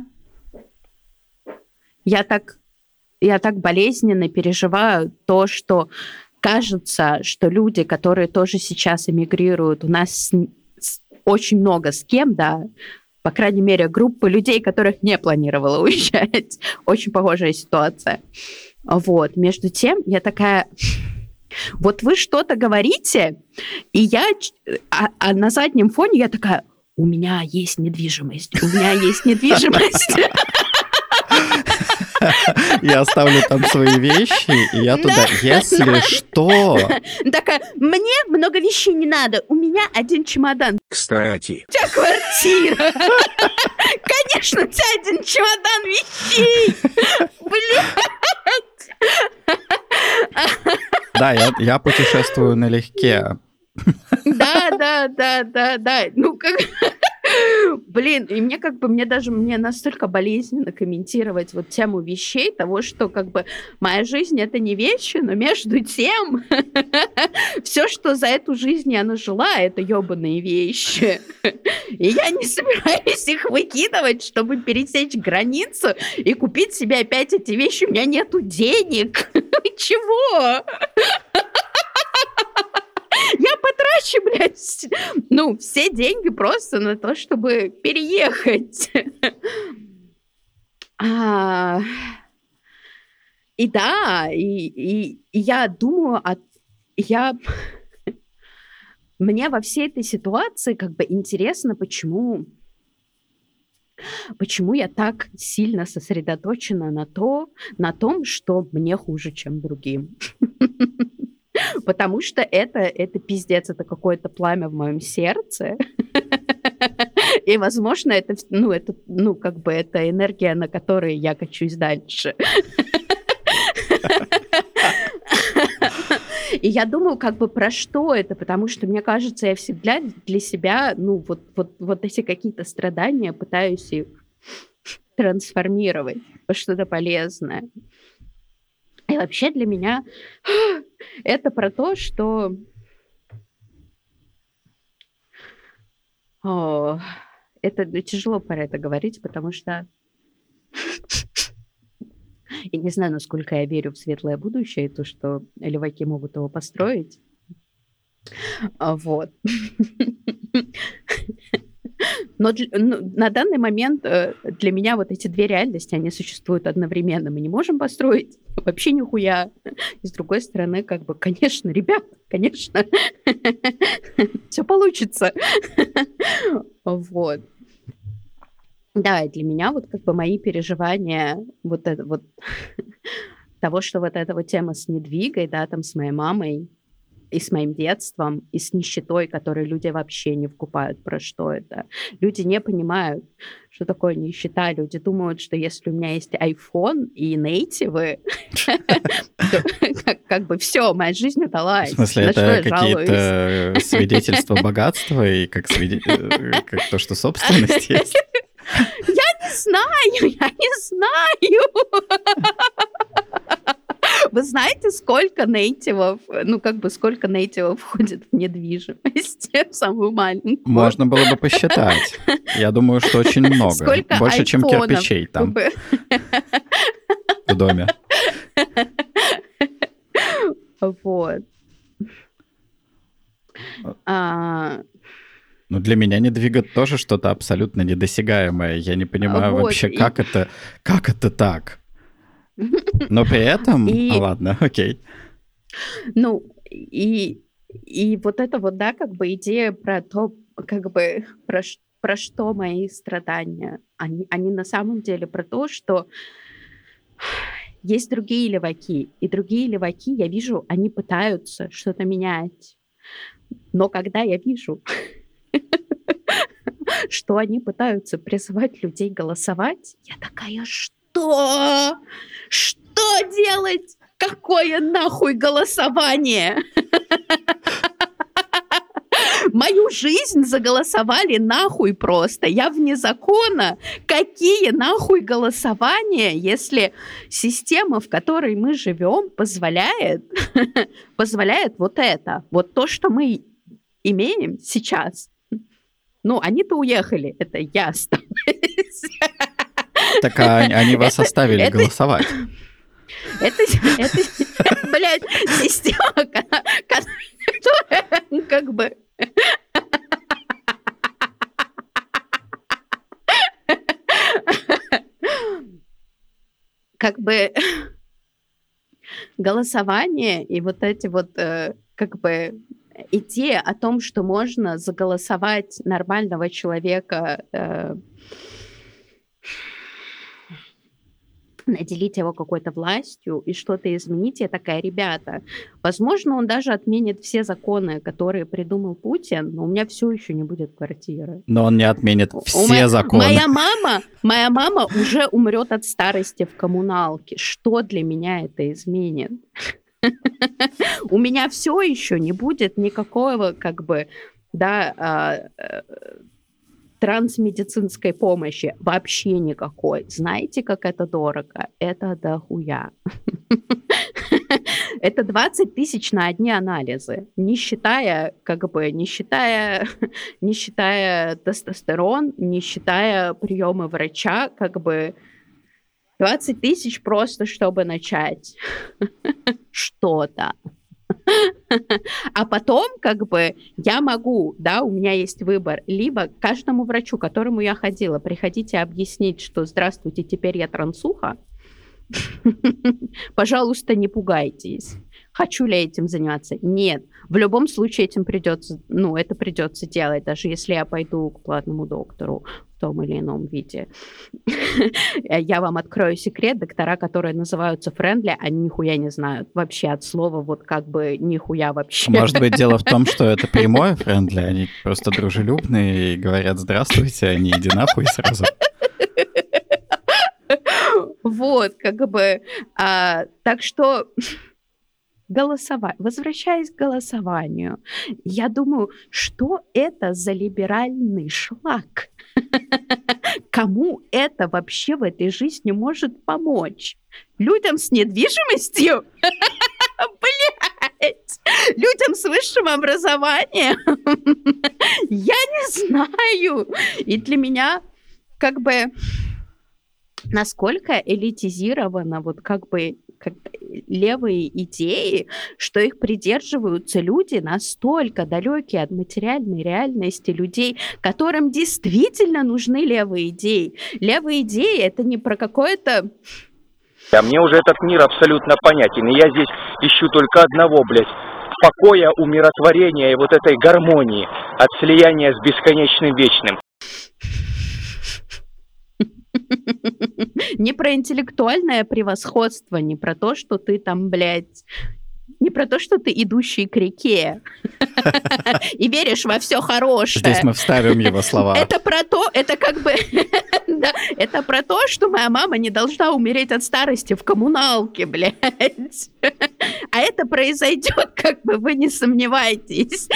Speaker 2: я так болезненно переживаю то, что кажется, что люди, которые тоже сейчас эмигрируют, у нас очень много с кем, да, по крайней мере, группы людей, которых не планировала уезжать. Очень похожая ситуация. Вот. Между тем, я такая... Вот вы что-то говорите, и я... А на заднем фоне я такая... У меня есть недвижимость.
Speaker 1: Я оставлю там свои вещи, и я туда, если что...
Speaker 2: Такая, мне много вещей не надо, у меня один чемодан.
Speaker 3: Кстати.
Speaker 2: У тебя квартира. Конечно, у тебя один чемодан вещей. Блядь.
Speaker 1: Да, я путешествую налегке.
Speaker 2: Да. Ну, как... Блин, и мне настолько болезненно комментировать вот тему вещей, того, что как бы моя жизнь — это не вещи, но между тем все, что за эту жизнь я нажила, это ёбаные вещи. И я не собираюсь их выкидывать, чтобы пересечь границу и купить себе опять эти вещи. У меня нету денег. Чего? Я потрачу, блядь, все деньги просто на то, чтобы переехать. И да, и я думаю, мне во всей этой ситуации как бы интересно, почему я так сильно сосредоточена на том, что мне хуже, чем другим. Потому что это пиздец, это какое-то пламя в моем сердце. И, возможно, это энергия, на которой я качусь дальше. И я думаю, как бы про что это, потому что, мне кажется, я всегда для себя, вот эти какие-то страдания пытаюсь их трансформировать во что-то полезное. И вообще для меня это про то, что... Это тяжело про это говорить, потому что я не знаю, насколько я верю в светлое будущее, и то, что леваки могут его построить. Вот. Но на данный момент для меня вот эти две реальности, они существуют одновременно. Мы не можем построить вообще нихуя. И с другой стороны, как бы, конечно, ребят, конечно, все получится. Вот. Да, и для меня вот как бы мои переживания вот это вот того, что вот эта вот тема с недвигой, да, там с моей мамой, и с моим детством, и с нищетой, которую люди вообще не вкупают, про что это. Люди не понимают, что такое нищета. Люди думают, что если у меня есть iPhone и нейтивы, как бы все, моя жизнь удалась.
Speaker 1: В смысле, это какие-то свидетельства богатства и как то, что собственность есть?
Speaker 2: Я не знаю. Вы знаете, сколько нейтивов, сколько нейтивов входит в недвижимость, в самую маленькую?
Speaker 1: Можно было бы посчитать. Я думаю, что очень много.
Speaker 2: Сколько
Speaker 1: больше, чем
Speaker 2: айфонов
Speaker 1: кирпичей там в доме.
Speaker 2: Вот.
Speaker 1: Ну, для меня недвигать тоже что-то абсолютно недосягаемое. Я не понимаю вообще, как это так. Но при этом... Ладно, окей.
Speaker 2: Ну, и вот это вот, да, как бы идея про то, как бы, про что мои страдания. Они на самом деле про то, что есть другие леваки, и другие леваки, я вижу, они пытаются что-то менять. Но когда я вижу, что они пытаются призывать людей голосовать, я такая, что? Что делать? Какое нахуй голосование? Мою жизнь заголосовали нахуй просто. Я вне закона. Какие нахуй голосования, если система, в которой мы живем, позволяет вот это. Вот то, что мы имеем сейчас. Ну, они-то уехали. Это я осталась.
Speaker 1: Так они вас оставили голосовать.
Speaker 2: Это, блядь, система, которая как бы... Как бы голосование и вот эти вот как бы идея о том, что можно заголосовать нормального человека, наделить его какой-то властью и что-то изменить, я такая, ребята, возможно, он даже отменит все законы, которые придумал Путин, но у меня все еще не будет квартиры.
Speaker 1: Но он не отменит все законы.
Speaker 2: Моя мама уже умрет от старости в коммуналке. Что для меня это изменит? У меня все еще не будет никакого, как бы, да, трансмедицинской помощи. Вообще никакой. Знаете, как это дорого? Это дохуя. Это 20 тысяч на одни анализы. Не считая, как бы, не считая тестостерон, не считая приемы врача, как бы 20 тысяч просто, чтобы начать что-то. А потом, как бы, я могу, да, у меня есть выбор, либо каждому врачу, к которому я ходила, приходите объяснить, что здравствуйте, теперь я трансуха. Пожалуйста, не пугайтесь. Хочу ли я этим заниматься? Нет. В любом случае этим придется, ну, это придется делать, даже если я пойду к платному доктору в том или ином виде. Я вам открою секрет. Доктора, которые называются френдли, они нихуя не знают вообще от слова, вот как бы нихуя вообще.
Speaker 1: Может быть, дело в том, что это прямое френдли, они просто дружелюбные и говорят «здравствуйте», а не «иди нахуй» сразу.
Speaker 2: Вот, как бы, так что голосовать. Возвращаясь к голосованию, я думаю, что это за либеральный шлак? Кому это вообще в этой жизни может помочь? Людям с недвижимостью? Блять! Людям с высшим образованием? Я не знаю. И для меня как бы насколько элитизировано вот как бы левые идеи, что их придерживаются люди настолько далекие от материальной реальности людей, которым действительно нужны левые идеи. Левые идеи — это не про какое-то...
Speaker 3: А мне уже этот мир абсолютно понятен, и я здесь ищу только одного, блядь, покоя, умиротворения и вот этой гармонии от слияния с бесконечным вечным.
Speaker 2: Не про интеллектуальное превосходство, не про то, что ты там, блядь, не про то, что ты идущий к реке и веришь во все хорошее.
Speaker 1: Здесь мы вставим его слова.
Speaker 2: Это про то, это как бы, да, это про то, что моя мама не должна умереть от старости в коммуналке, блядь. А это произойдет, как бы вы не сомневайтесь.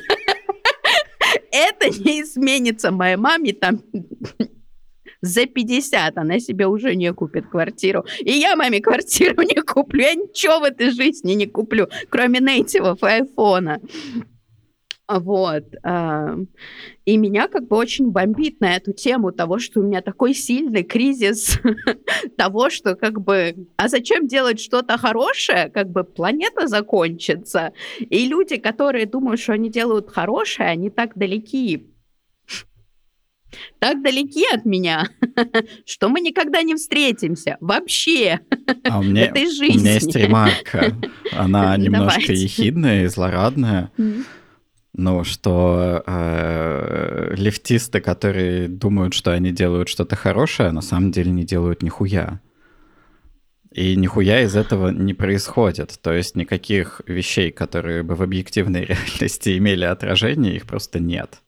Speaker 2: Это не изменится моей маме там... За 50 она себе уже не купит квартиру. И я маме квартиру не куплю. Я ничего в этой жизни не куплю, кроме нейтивов и айфона. Вот. И меня как бы очень бомбит на эту тему того, что у меня такой сильный кризис того, что как бы... А зачем делать что-то хорошее? Как бы планета закончится. И люди, которые думают, что они делают хорошее, они так далеки от меня, что мы никогда не встретимся вообще
Speaker 1: в
Speaker 2: этой жизни.
Speaker 1: У меня есть ремарка. Она немножко ехидная и злорадная. Но что лефтисты, которые думают, что они делают что-то хорошее, на самом деле не делают нихуя. И нихуя из этого не происходит. То есть никаких вещей, которые бы в объективной реальности имели отражение, их просто нет.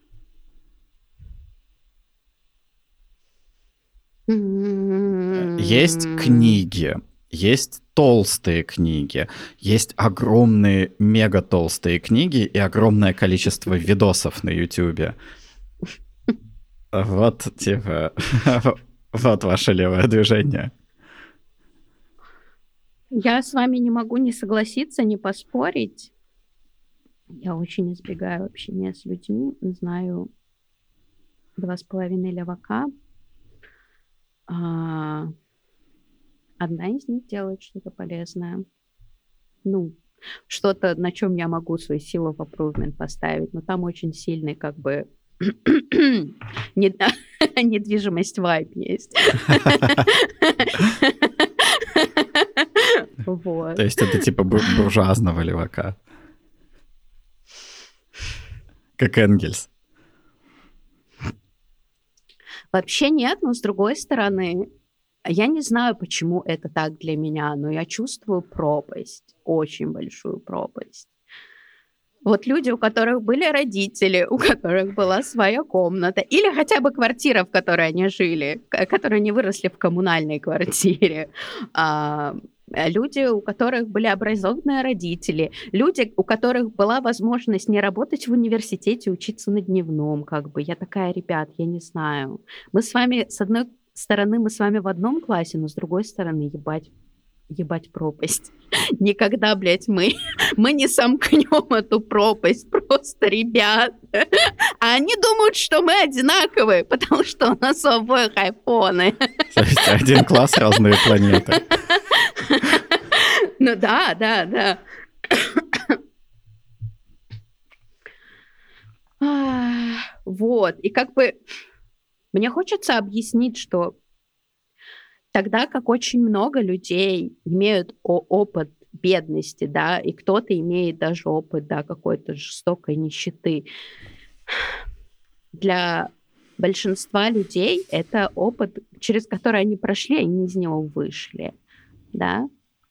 Speaker 1: Есть книги, есть толстые книги, есть огромные мега-толстые книги и огромное количество видосов на Ютубе. Вот, типа, вот ваше левое движение.
Speaker 2: Я с вами не могу не согласиться, не поспорить. Я очень избегаю общения с людьми. Знаю 2,5 левака. Одна из них делает что-то полезное. Ну, что-то, на чем я могу свою силу в improvement поставить. Но там очень сильный, как бы, недвижимость вайб есть. Вот.
Speaker 1: То есть это типа буржуазного левака. Как Энгельс.
Speaker 2: Вообще нет, но с другой стороны, я не знаю, почему это так для меня, но я чувствую пропасть, очень большую пропасть. Вот люди, у которых были родители, у которых была своя комната, или хотя бы квартира, в которой они жили, которые не выросли в коммунальной квартире, люди, у которых были образованные родители, люди, у которых была возможность не работать в университете, учиться на дневном, как бы. Я такая, ребят, я не знаю. Мы с вами, с одной стороны, мы с вами в одном классе, но с другой стороны, ебать пропасть. Никогда, блядь, мы не сомкнем эту пропасть. Просто, ребят. А они думают, что мы одинаковые, потому что у нас у обоих айфоны.
Speaker 1: То есть один класс, разные планеты.
Speaker 2: Ну да. Вот. И как бы мне хочется объяснить, что тогда как очень много людей имеют опыт бедности, да, и кто-то имеет даже опыт, да, какой-то жестокой нищеты. Для большинства людей это опыт, через который они прошли, они из него вышли, да.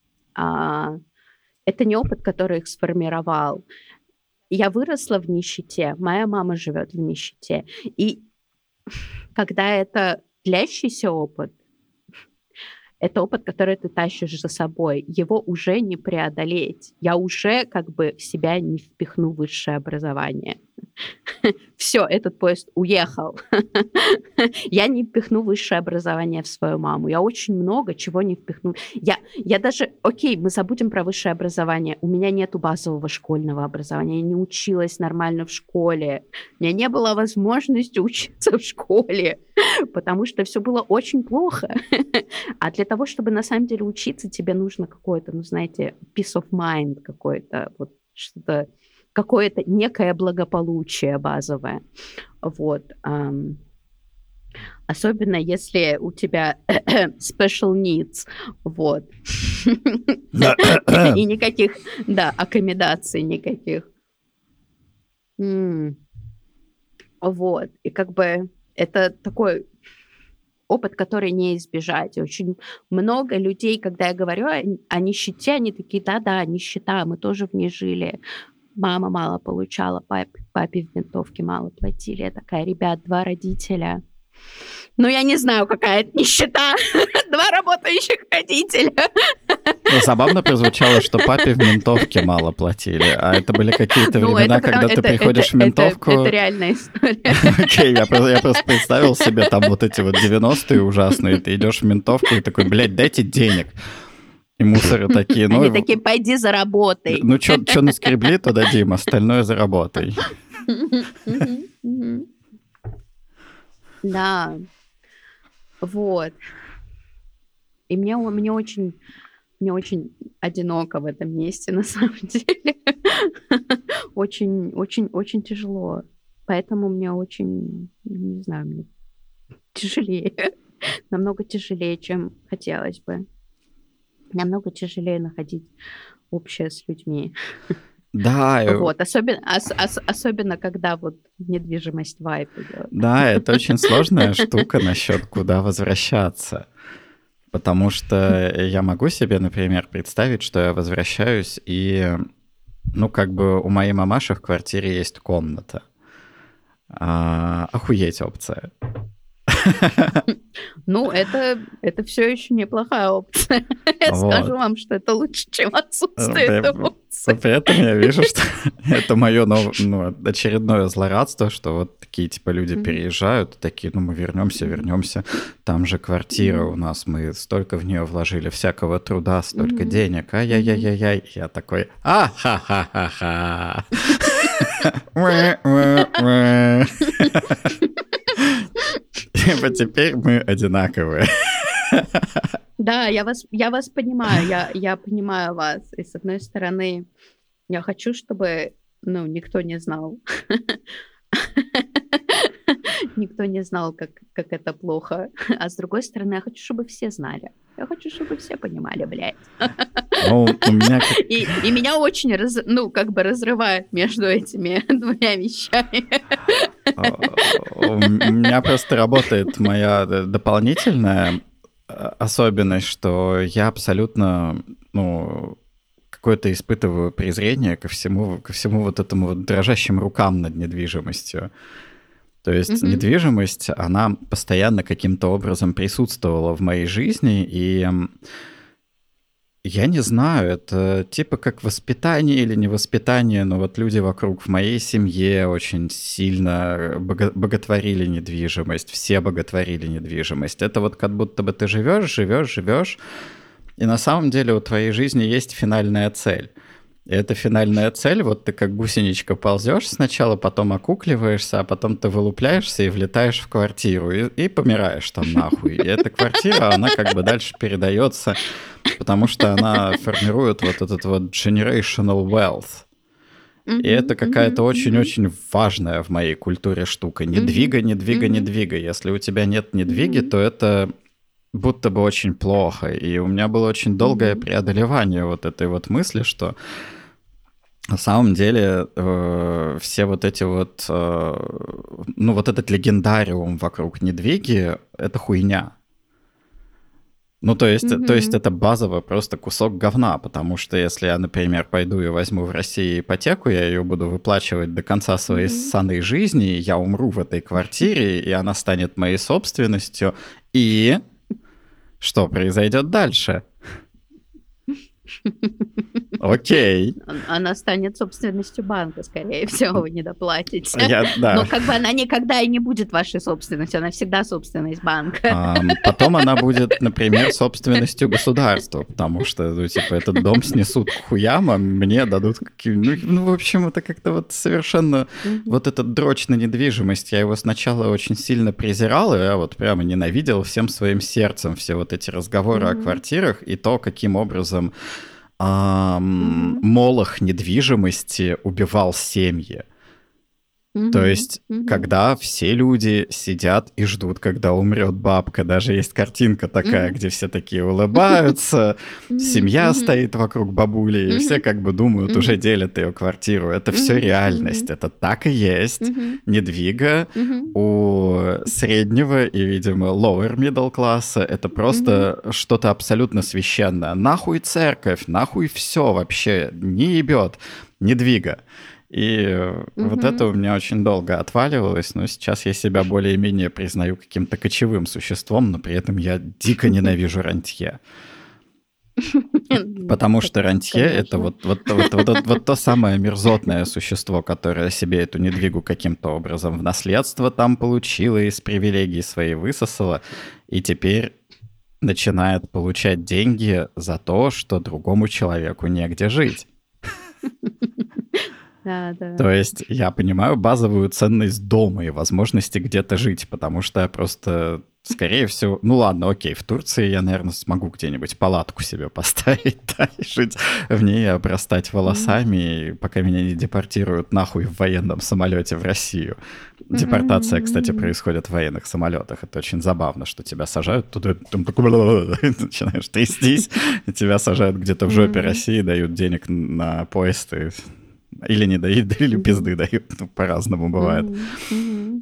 Speaker 2: Это не опыт, который их сформировал. Я выросла в нищете, моя мама живет в нищете, и когда это длящийся опыт, это опыт, который ты тащишь за собой. Его уже не преодолеть. Я уже как бы в себя не впихну высшее образование. Все, этот поезд уехал. Я не впихну высшее образование в свою маму. Я очень много чего не впихну. Я даже... Окей, мы забудем про высшее образование. У меня нету базового школьного образования. Я не училась нормально в школе. У меня не было возможности учиться в школе, потому что все было очень плохо. А для того, чтобы на самом деле учиться, тебе нужно какое-то, ну, знаете, peace of mind какое-то, вот что-то, какое-то некое благополучие базовое. Вот. Особенно если у тебя special needs. Вот. И никаких, да, аккомодаций никаких. Вот. И как бы это такой опыт, который не избежать. И очень много людей, когда я говорю о нищете, они такие, да, нищета, мы тоже в ней жили. Мама мало получала, папе в ментовке мало платили. Я такая, ребят, 2 родителя. Ну, я не знаю, какая это нищета. 2 работающих родителя.
Speaker 1: Ну, забавно прозвучало, что папе в ментовке мало платили. А это были какие-то времена, когда ты приходишь в ментовку...
Speaker 2: Это реальная история.
Speaker 1: Окей, я просто представил себе там вот эти вот 90-е ужасные. Ты идешь в ментовку и такой, блядь, дайте денег. И мусоры такие, ну...
Speaker 2: Они такие, пойди заработай.
Speaker 1: Ну, что наскребли, то дадим, остальное заработай.
Speaker 2: Да. Вот. И мне очень одиноко в этом месте, на самом деле. Очень тяжело. Поэтому мне очень, не знаю, мне тяжелее. Намного тяжелее, чем хотелось бы. Намного тяжелее находить общее с людьми.
Speaker 1: Да.
Speaker 2: Вот, особенно когда вот недвижимость вайп идет.
Speaker 1: Да, это очень сложная штука насчет куда возвращаться. Потому что я могу себе, например, представить, что я возвращаюсь, и, ну, как бы у моей мамаши в квартире есть комната. Охуеть опция.
Speaker 2: Ну, это все еще неплохая опция. Я скажу вам, что это лучше, чем отсутствие этой опции.
Speaker 1: При этом я вижу, что это мое очередное злорадство, что вот такие типа люди переезжают, такие, ну мы вернемся, там же квартира у нас, мы столько в нее вложили всякого труда, столько денег, ай-яй-яй-яй. Я такой, ха-ха-ха-ха-ха. Типа теперь мы одинаковые.
Speaker 2: Да, я вас понимаю, я понимаю вас. И с одной стороны, я хочу, чтобы, ну, никто не знал. Никто не знал, как это плохо. А с другой стороны, я хочу, чтобы все знали. Я хочу, чтобы все понимали, блядь.
Speaker 1: Ну, у меня...
Speaker 2: И меня очень, разрывает между этими двумя вещами.
Speaker 1: У меня просто работает моя дополнительная особенность, что я абсолютно, ну, какое-то испытываю презрение ко всему вот этому вот дрожащим рукам над недвижимостью. То есть недвижимость, она постоянно каким-то образом присутствовала в моей жизни, и я не знаю, это типа как воспитание или не воспитание, но вот люди вокруг в моей семье очень сильно боготворили недвижимость, все боготворили недвижимость. Это вот как будто бы ты живешь, и на самом деле у твоей жизни есть финальная цель. И эта финальная цель, вот ты как гусеничка ползешь сначала, потом окукливаешься, а потом ты вылупляешься и влетаешь в квартиру, и помираешь там нахуй. И эта квартира, она как бы дальше передается, потому что она формирует вот этот вот generational wealth. И это какая-то очень-очень важная в моей культуре штука. Не двигай. Если у тебя нет недвиги, то это будто бы очень плохо. И у меня было очень долгое преодолевание вот этой вот мысли, что на самом деле все вот эти вот, ну вот этот легендариум вокруг недвиги — это хуйня. Ну, то есть это базово просто кусок говна, потому что если я, например, пойду и возьму в России ипотеку, я ее буду выплачивать до конца своей ссаной жизни, я умру в этой квартире, и она станет моей собственностью, и что произойдет дальше? Окей.
Speaker 2: Она станет собственностью банка, скорее всего, вы не доплатите.
Speaker 1: Да.
Speaker 2: Но как бы она никогда и не будет вашей собственностью, она всегда собственность банка.
Speaker 1: Потом она будет, например, собственностью государства, потому что, ну, типа, этот дом снесут к хуям, а мне дадут какие-нибудь... Ну, в общем, это как-то вот совершенно... Вот этот дрочь на недвижимость, я его сначала очень сильно презирал, и я вот прямо ненавидел всем своим сердцем все вот эти разговоры о квартирах и то, каким образом молох недвижимости убивал семьи. То есть, когда все люди сидят и ждут, когда умрет бабка, даже есть картинка такая, где все такие улыбаются, семья стоит вокруг бабули, и все как бы думают, уже делят ее квартиру. Это все реальность, это так и есть. Недвига у среднего и, видимо, lower middle класса это просто что-то абсолютно священное. Нахуй церковь, нахуй все вообще, не ебет. Недвига. И вот это у меня очень долго отваливалось, но сейчас я себя более-менее признаю каким-то кочевым существом, но при этом я дико ненавижу рантье. Потому что рантье — это вот то самое мерзотное существо, которое себе эту недвигу каким-то образом в наследство там получило, из привилегий своей высосало, и теперь начинает получать деньги за то, что другому человеку негде жить.
Speaker 2: Да.
Speaker 1: То есть я понимаю базовую ценность дома и возможности где-то жить, потому что я просто, скорее всего... Ну ладно, окей, в Турции я, наверное, смогу где-нибудь палатку себе поставить, да, и жить в ней, обрастать волосами, пока меня не депортируют нахуй в военном самолете в Россию. Депортация, кстати, происходит в военных самолетах. Это очень забавно, что тебя сажают туда, там такой, начинаешь трястись, и тебя сажают где-то в жопе России, дают денег на поезд и... Или не дают, или пизды дают, ну, по-разному бывает.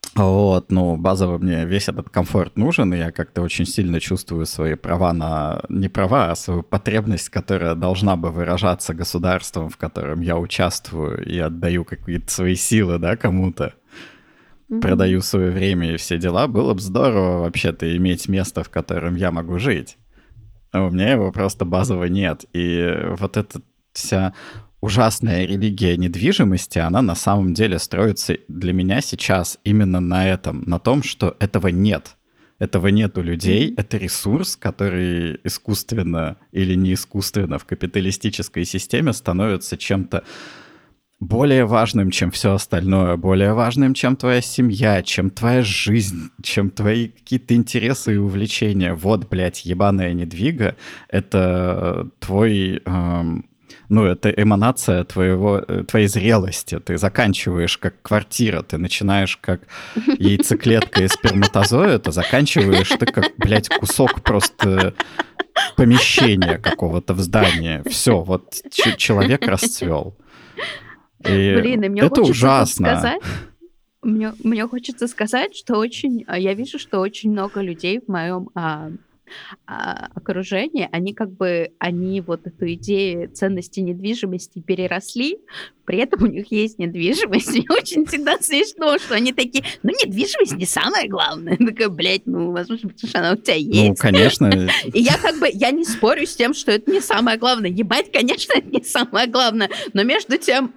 Speaker 1: Вот, ну, базово мне весь этот комфорт нужен, и я как-то очень сильно чувствую свои права не права, а свою потребность, которая должна бы выражаться государством, в котором я участвую и отдаю какие-то свои силы, да, кому-то. Продаю свое время и все дела. Было бы здорово вообще-то иметь место, в котором я могу жить. А у меня его просто базово нет. И вот эта вся ужасная религия недвижимости, она на самом деле строится для меня сейчас именно на этом, на том, что этого нет. Этого нет у людей. Это ресурс, который искусственно или не искусственно в капиталистической системе становится чем-то более важным, чем все остальное, более важным, чем твоя семья, чем твоя жизнь, чем твои какие-то интересы и увлечения. Вот, блядь, ебаная недвига — это твой... это эманация твоей зрелости. Ты заканчиваешь как квартира, ты начинаешь как яйцеклетка из сперматозоида, заканчиваешь ты как, блядь, кусок просто помещения какого-то в здании. Все, вот человек расцвел.
Speaker 2: Блин, и мне
Speaker 1: это
Speaker 2: хочется
Speaker 1: ужасно.
Speaker 2: Сказать, мне хочется сказать, что я вижу, что очень много людей в моем окружении, они вот эту идею ценности недвижимости переросли, при этом у них есть недвижимость. Мне очень всегда смешно, что они такие, недвижимость не самое главное. Я такая, блядь, возможно, потому что она у тебя есть.
Speaker 1: Ну, конечно.
Speaker 2: И я не спорю с тем, что это не самое главное. Ебать, конечно, это не самое главное. Но между тем...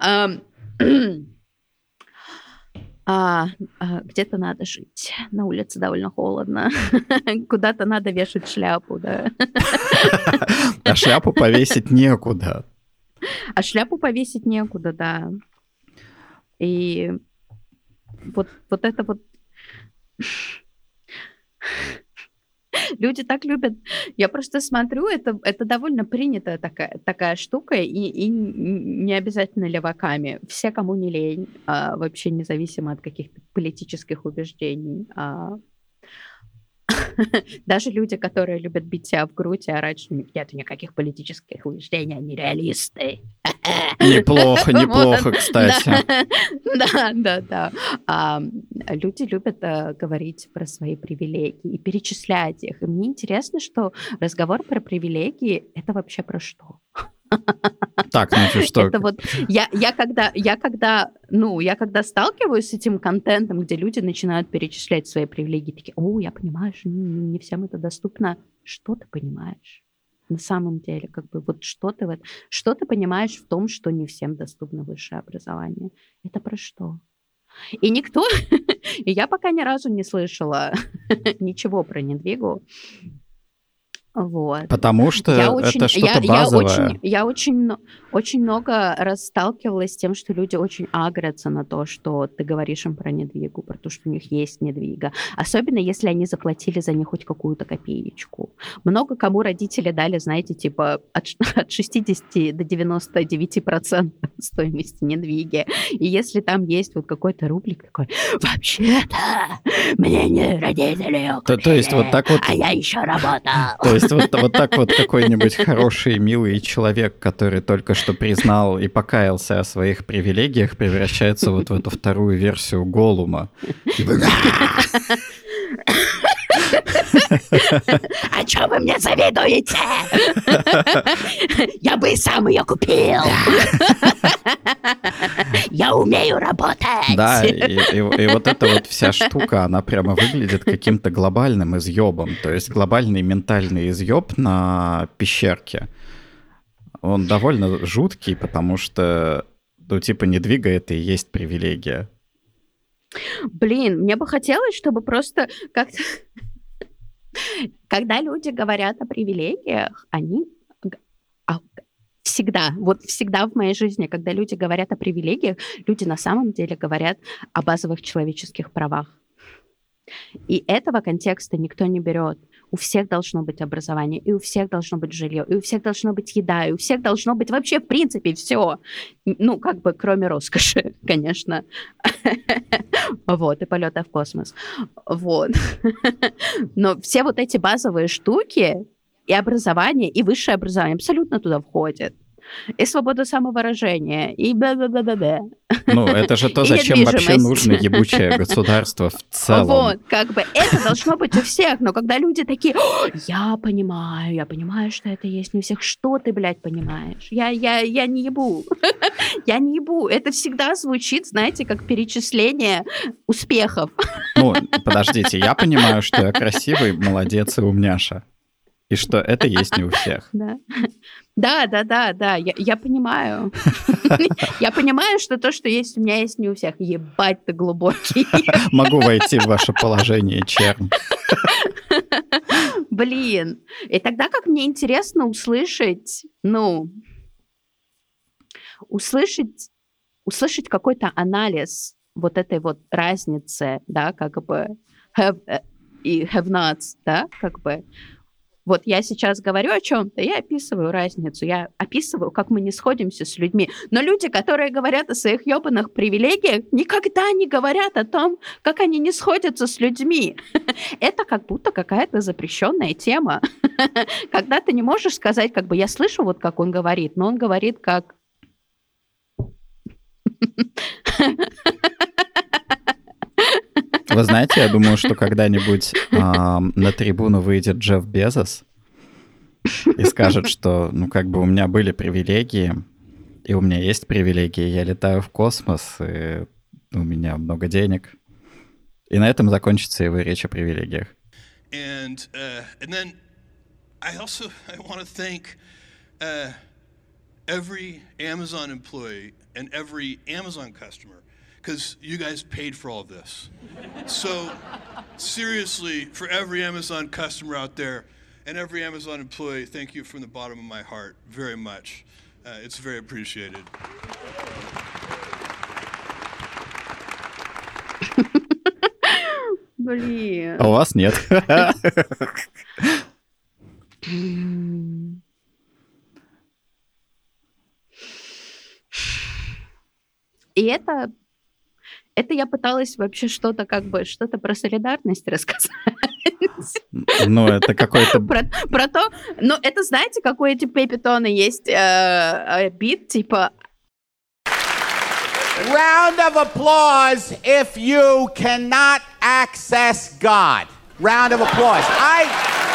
Speaker 2: где-то надо жить. На улице довольно холодно. Куда-то надо вешать шляпу, да.
Speaker 1: А шляпу повесить некуда.
Speaker 2: Да. И вот это вот... Люди так любят. Я просто смотрю, это довольно принятая такая штука, и не обязательно леваками. Все, кому не лень, вообще независимо от каких-то политических убеждений. Даже люди, которые любят бить себя в грудь и орать, что нет никаких политических убеждений, они реалисты.
Speaker 1: Неплохо, кстати.
Speaker 2: Да. Люди любят говорить про свои привилегии и перечислять их. И мне интересно, что разговор про привилегии — это вообще про что?
Speaker 1: Так, значит, что?
Speaker 2: Это вот я когда сталкиваюсь с этим контентом, где люди начинают перечислять свои привилегии, такие, я понимаю, что не всем это доступно. Что ты понимаешь? На самом деле, вот что ты понимаешь в том, что не всем доступно высшее образование? Это про что? И никто, и я пока ни разу не слышала ничего про недвигу. Вот.
Speaker 1: Потому что это что-то базовое.
Speaker 2: Я очень много раз сталкивалась с тем, что люди очень агрятся на то, что ты говоришь им про недвигу, про то, что у них есть недвига. Особенно, если они заплатили за них хоть какую-то копеечку. Много кому родители дали, знаете, типа от 60 до 99% стоимости недвиги. И если там есть вот какой-то рублик такой, вообще-то мне не родители купили,
Speaker 1: то есть вот так вот...
Speaker 2: а я еще работал.
Speaker 1: То есть вот так вот какой-нибудь хороший, милый человек, который только что признал и покаялся о своих привилегиях, превращается вот в эту вторую версию Голлума.
Speaker 2: А что вы мне завидуете? Я бы и сам ее купил. Я умею работать.
Speaker 1: Да, и вот эта вот вся штука, она прямо выглядит каким-то глобальным изъебом. То есть глобальный ментальный изъеб на пещерке. Он довольно жуткий, потому что, недвига — это и есть привилегия.
Speaker 2: Блин, мне бы хотелось, чтобы просто как-то... Когда люди говорят о привилегиях, они всегда в моей жизни, когда люди говорят о привилегиях, люди на самом деле говорят о базовых человеческих правах. И этого контекста никто не берет. У всех должно быть образование, и у всех должно быть жилье, и у всех должно быть еда, и у всех должно быть вообще, в принципе, все. Кроме роскоши, конечно. Вот, и полета в космос. Вот. Но все вот эти базовые штуки, и образование, и высшее образование абсолютно туда входят. и свободу самовыражения, и бла-бла-бла-бла-бла.
Speaker 1: Ну, это же то, зачем вообще нужно ебучее государство в целом.
Speaker 2: Вот, как бы это должно быть у всех, но когда люди такие, я понимаю, что это есть не у всех. Что ты, блядь, понимаешь? Я не ебу. Я не ебу. Это всегда звучит, знаете, как перечисление успехов.
Speaker 1: Ну, подождите, я понимаю, что я красивый, молодец и умняша. И что это есть не у всех.
Speaker 2: Да, я понимаю. Я понимаю, что то, что есть у меня, есть не у всех. Ебать ты глубокий.
Speaker 1: Могу войти в ваше положение, чернь.
Speaker 2: Блин. И тогда как мне интересно услышать какой-то анализ вот этой вот разницы, да, как бы have и have-nots, да, как бы. Вот я сейчас говорю о чем-то, я описываю разницу, я описываю, как мы не сходимся с людьми. Но люди, которые говорят о своих ебаных привилегиях, никогда не говорят о том, как они не сходятся с людьми. Это как будто какая-то запрещенная тема. Когда ты не можешь сказать, как бы я слышу, вот как он говорит, но он говорит как...
Speaker 1: Вы знаете, я думаю, что когда-нибудь на трибуну выйдет Джефф Безос и скажет, что, ну, как бы у меня были привилегии, и у меня есть привилегии, я летаю в космос, и у меня много денег. И на этом закончится его речь о привилегиях.
Speaker 4: And then I want to thank every Amazon employee and every Amazon customer, because you guys paid for all this. So, seriously, for every Amazon customer out there and every Amazon employee, thank you from the bottom of my heart very much. It's very appreciated.
Speaker 2: Блин.
Speaker 1: А у вас нет.
Speaker 2: И это я пыталась вообще что-то про солидарность рассказать.
Speaker 1: Ну, это какой-то...
Speaker 2: Про то... Ну, это знаете, какой эти Пепитоны есть бит, типа...
Speaker 5: Round of applause if you cannot access God. Round of applause. I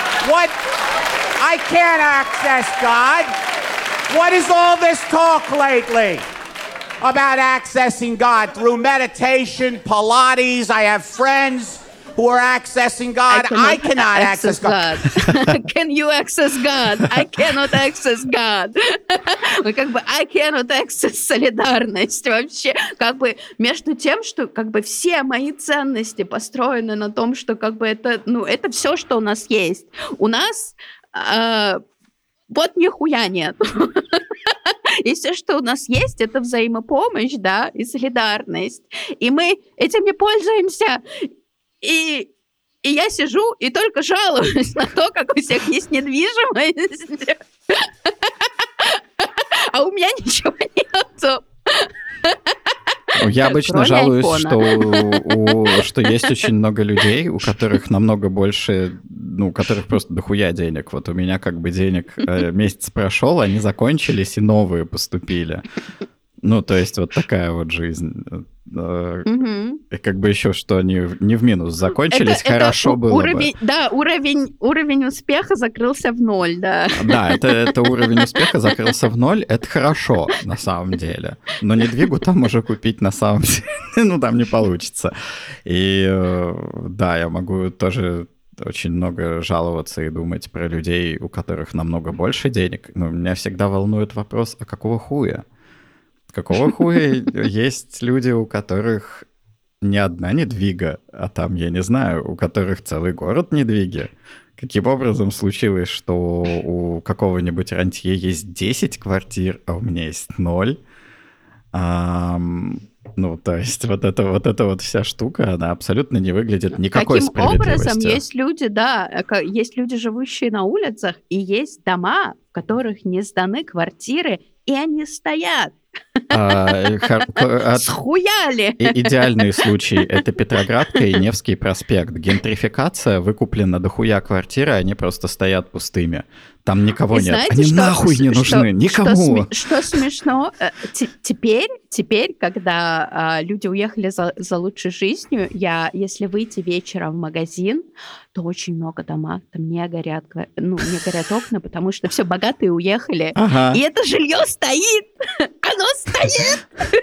Speaker 5: can't access God. What is all this talk lately about accessing God through meditation, Pilates? I have friends who are accessing God. I cannot access God.
Speaker 2: Can you access God? I cannot access God. Как бы I cannot access солидарность вообще. Как бы между тем, что как бы все мои ценности построены на том, что как бы это, ну, это все, что у нас есть. У нас вот нихуя нет. И все, что у нас есть, это взаимопомощь, да, и солидарность. И мы этим не пользуемся. И я сижу и только жалуюсь на то, как у всех есть недвижимость. А у меня ничего нету.
Speaker 1: Я обычно жалуюсь, что есть очень много людей, у которых намного больше, ну, у которых просто дохуя денег. Вот у меня как бы денег месяц прошел, они закончились и новые поступили. Ну, то есть вот такая вот жизнь. И как бы еще, что они не в минус закончились, хорошо было
Speaker 2: уровень, бы. Да, уровень успеха закрылся в ноль, да.
Speaker 1: Да, это уровень успеха закрылся в ноль, это хорошо на самом деле. Но недвигу там уже купить на самом деле, ну, там не получится. И да, я могу тоже очень много жаловаться и думать про людей, у которых намного больше денег. Но меня всегда волнует вопрос, а какого хуя? Какого хуя есть люди, у которых не одна недвига, а там, я не знаю, у которых целый город недвиги? Каким образом случилось, что у какого-нибудь рантье есть 10 квартир, а у меня есть 0? Ну, то есть вот эта вся штука, она абсолютно не выглядит никакой справедливостью.
Speaker 2: Каким образом есть люди, да, есть люди, живущие на улицах, и есть дома, в которых не сданы квартиры, и они стоят. Схуяли!
Speaker 1: Идеальный случай — это Петроградка и Невский проспект. Гентрификация, выкуплена дохуя квартиры, они просто стоят пустыми. Там никого нет.
Speaker 2: Знаете,
Speaker 1: Они нахуй не нужны, никому.
Speaker 2: Что смешно, теперь, когда люди уехали за лучшей жизнью, если выйти вечером в магазин, то очень много домов, там не горят окна, потому что все богатые уехали.
Speaker 1: Ага.
Speaker 2: И это жилье стоит! Оно стоит!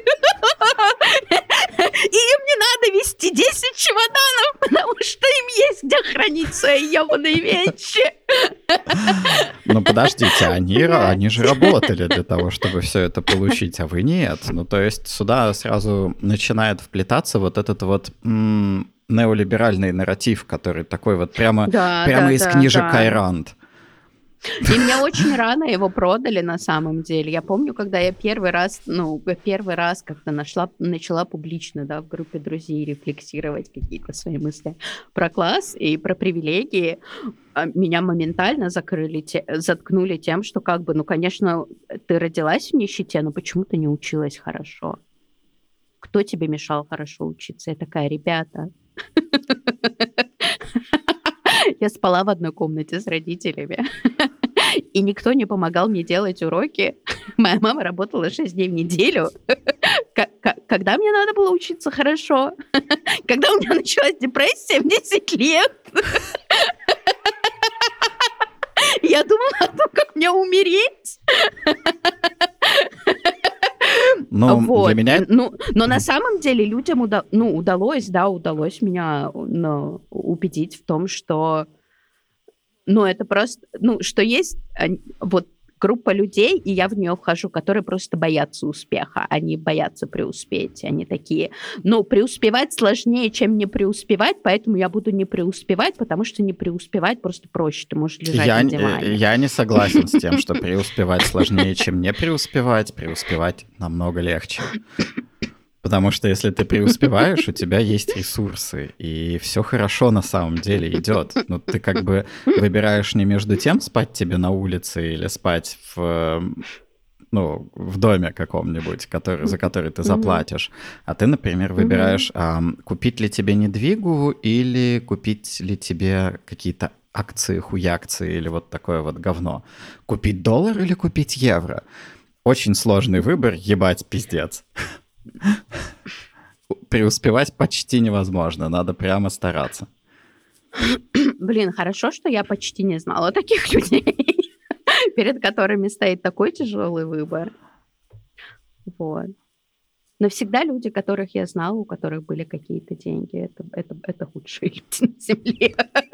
Speaker 2: И им не надо везти 10 чемоданов, потому что им есть где хранить свои ебаные вещи.
Speaker 1: Ну, подождите, они же работали для того, чтобы все это получить, а вы нет. Ну, то есть сюда сразу начинает вплетаться вот этот вот неолиберальный нарратив, который такой вот прямо из книжек Айранд.
Speaker 2: И мне очень рано его продали на самом деле. Я помню, когда я первый раз как-то начала публично, в группе друзей рефлексировать какие-то свои мысли про класс и про привилегии, меня моментально заткнули тем, что конечно, ты родилась в нищете, но почему ты не училась хорошо? Кто тебе мешал хорошо учиться? Я такая, ребята... Я спала в одной комнате с родителями, и никто не помогал мне делать уроки. Моя мама работала 6 дней в неделю. Когда мне надо было учиться хорошо? Когда у меня началась депрессия в 10 лет? Я думала о том, как мне умереть.
Speaker 1: Для меня...
Speaker 2: Но на самом деле людям удалось меня убедить в том, что это просто, что есть вот группа людей, и я в нее вхожу, которые просто боятся успеха, они боятся преуспеть, они такие, преуспевать сложнее, чем не преуспевать, поэтому я буду не преуспевать, потому что не преуспевать просто проще, ты можешь лежать на диване.
Speaker 1: Я не согласен с тем, что преуспевать сложнее, чем не преуспевать намного легче. Потому что если ты преуспеваешь, у тебя есть ресурсы, и все хорошо на самом деле идет. Ты как бы выбираешь не между тем, спать тебе на улице или спать в доме каком-нибудь, за который ты заплатишь. А ты, например, выбираешь, купить ли тебе недвигу или купить ли тебе какие-то акции, хуякции или вот такое вот говно. Купить доллар или купить евро? Очень сложный выбор, ебать, пиздец. Преуспевать почти невозможно, надо прямо стараться.
Speaker 2: Блин, хорошо, что я почти не знала таких людей, перед которыми стоит такой тяжелый выбор. Вот. Но всегда люди, которых я знала, у которых были какие-то деньги, это худшие люди на земле.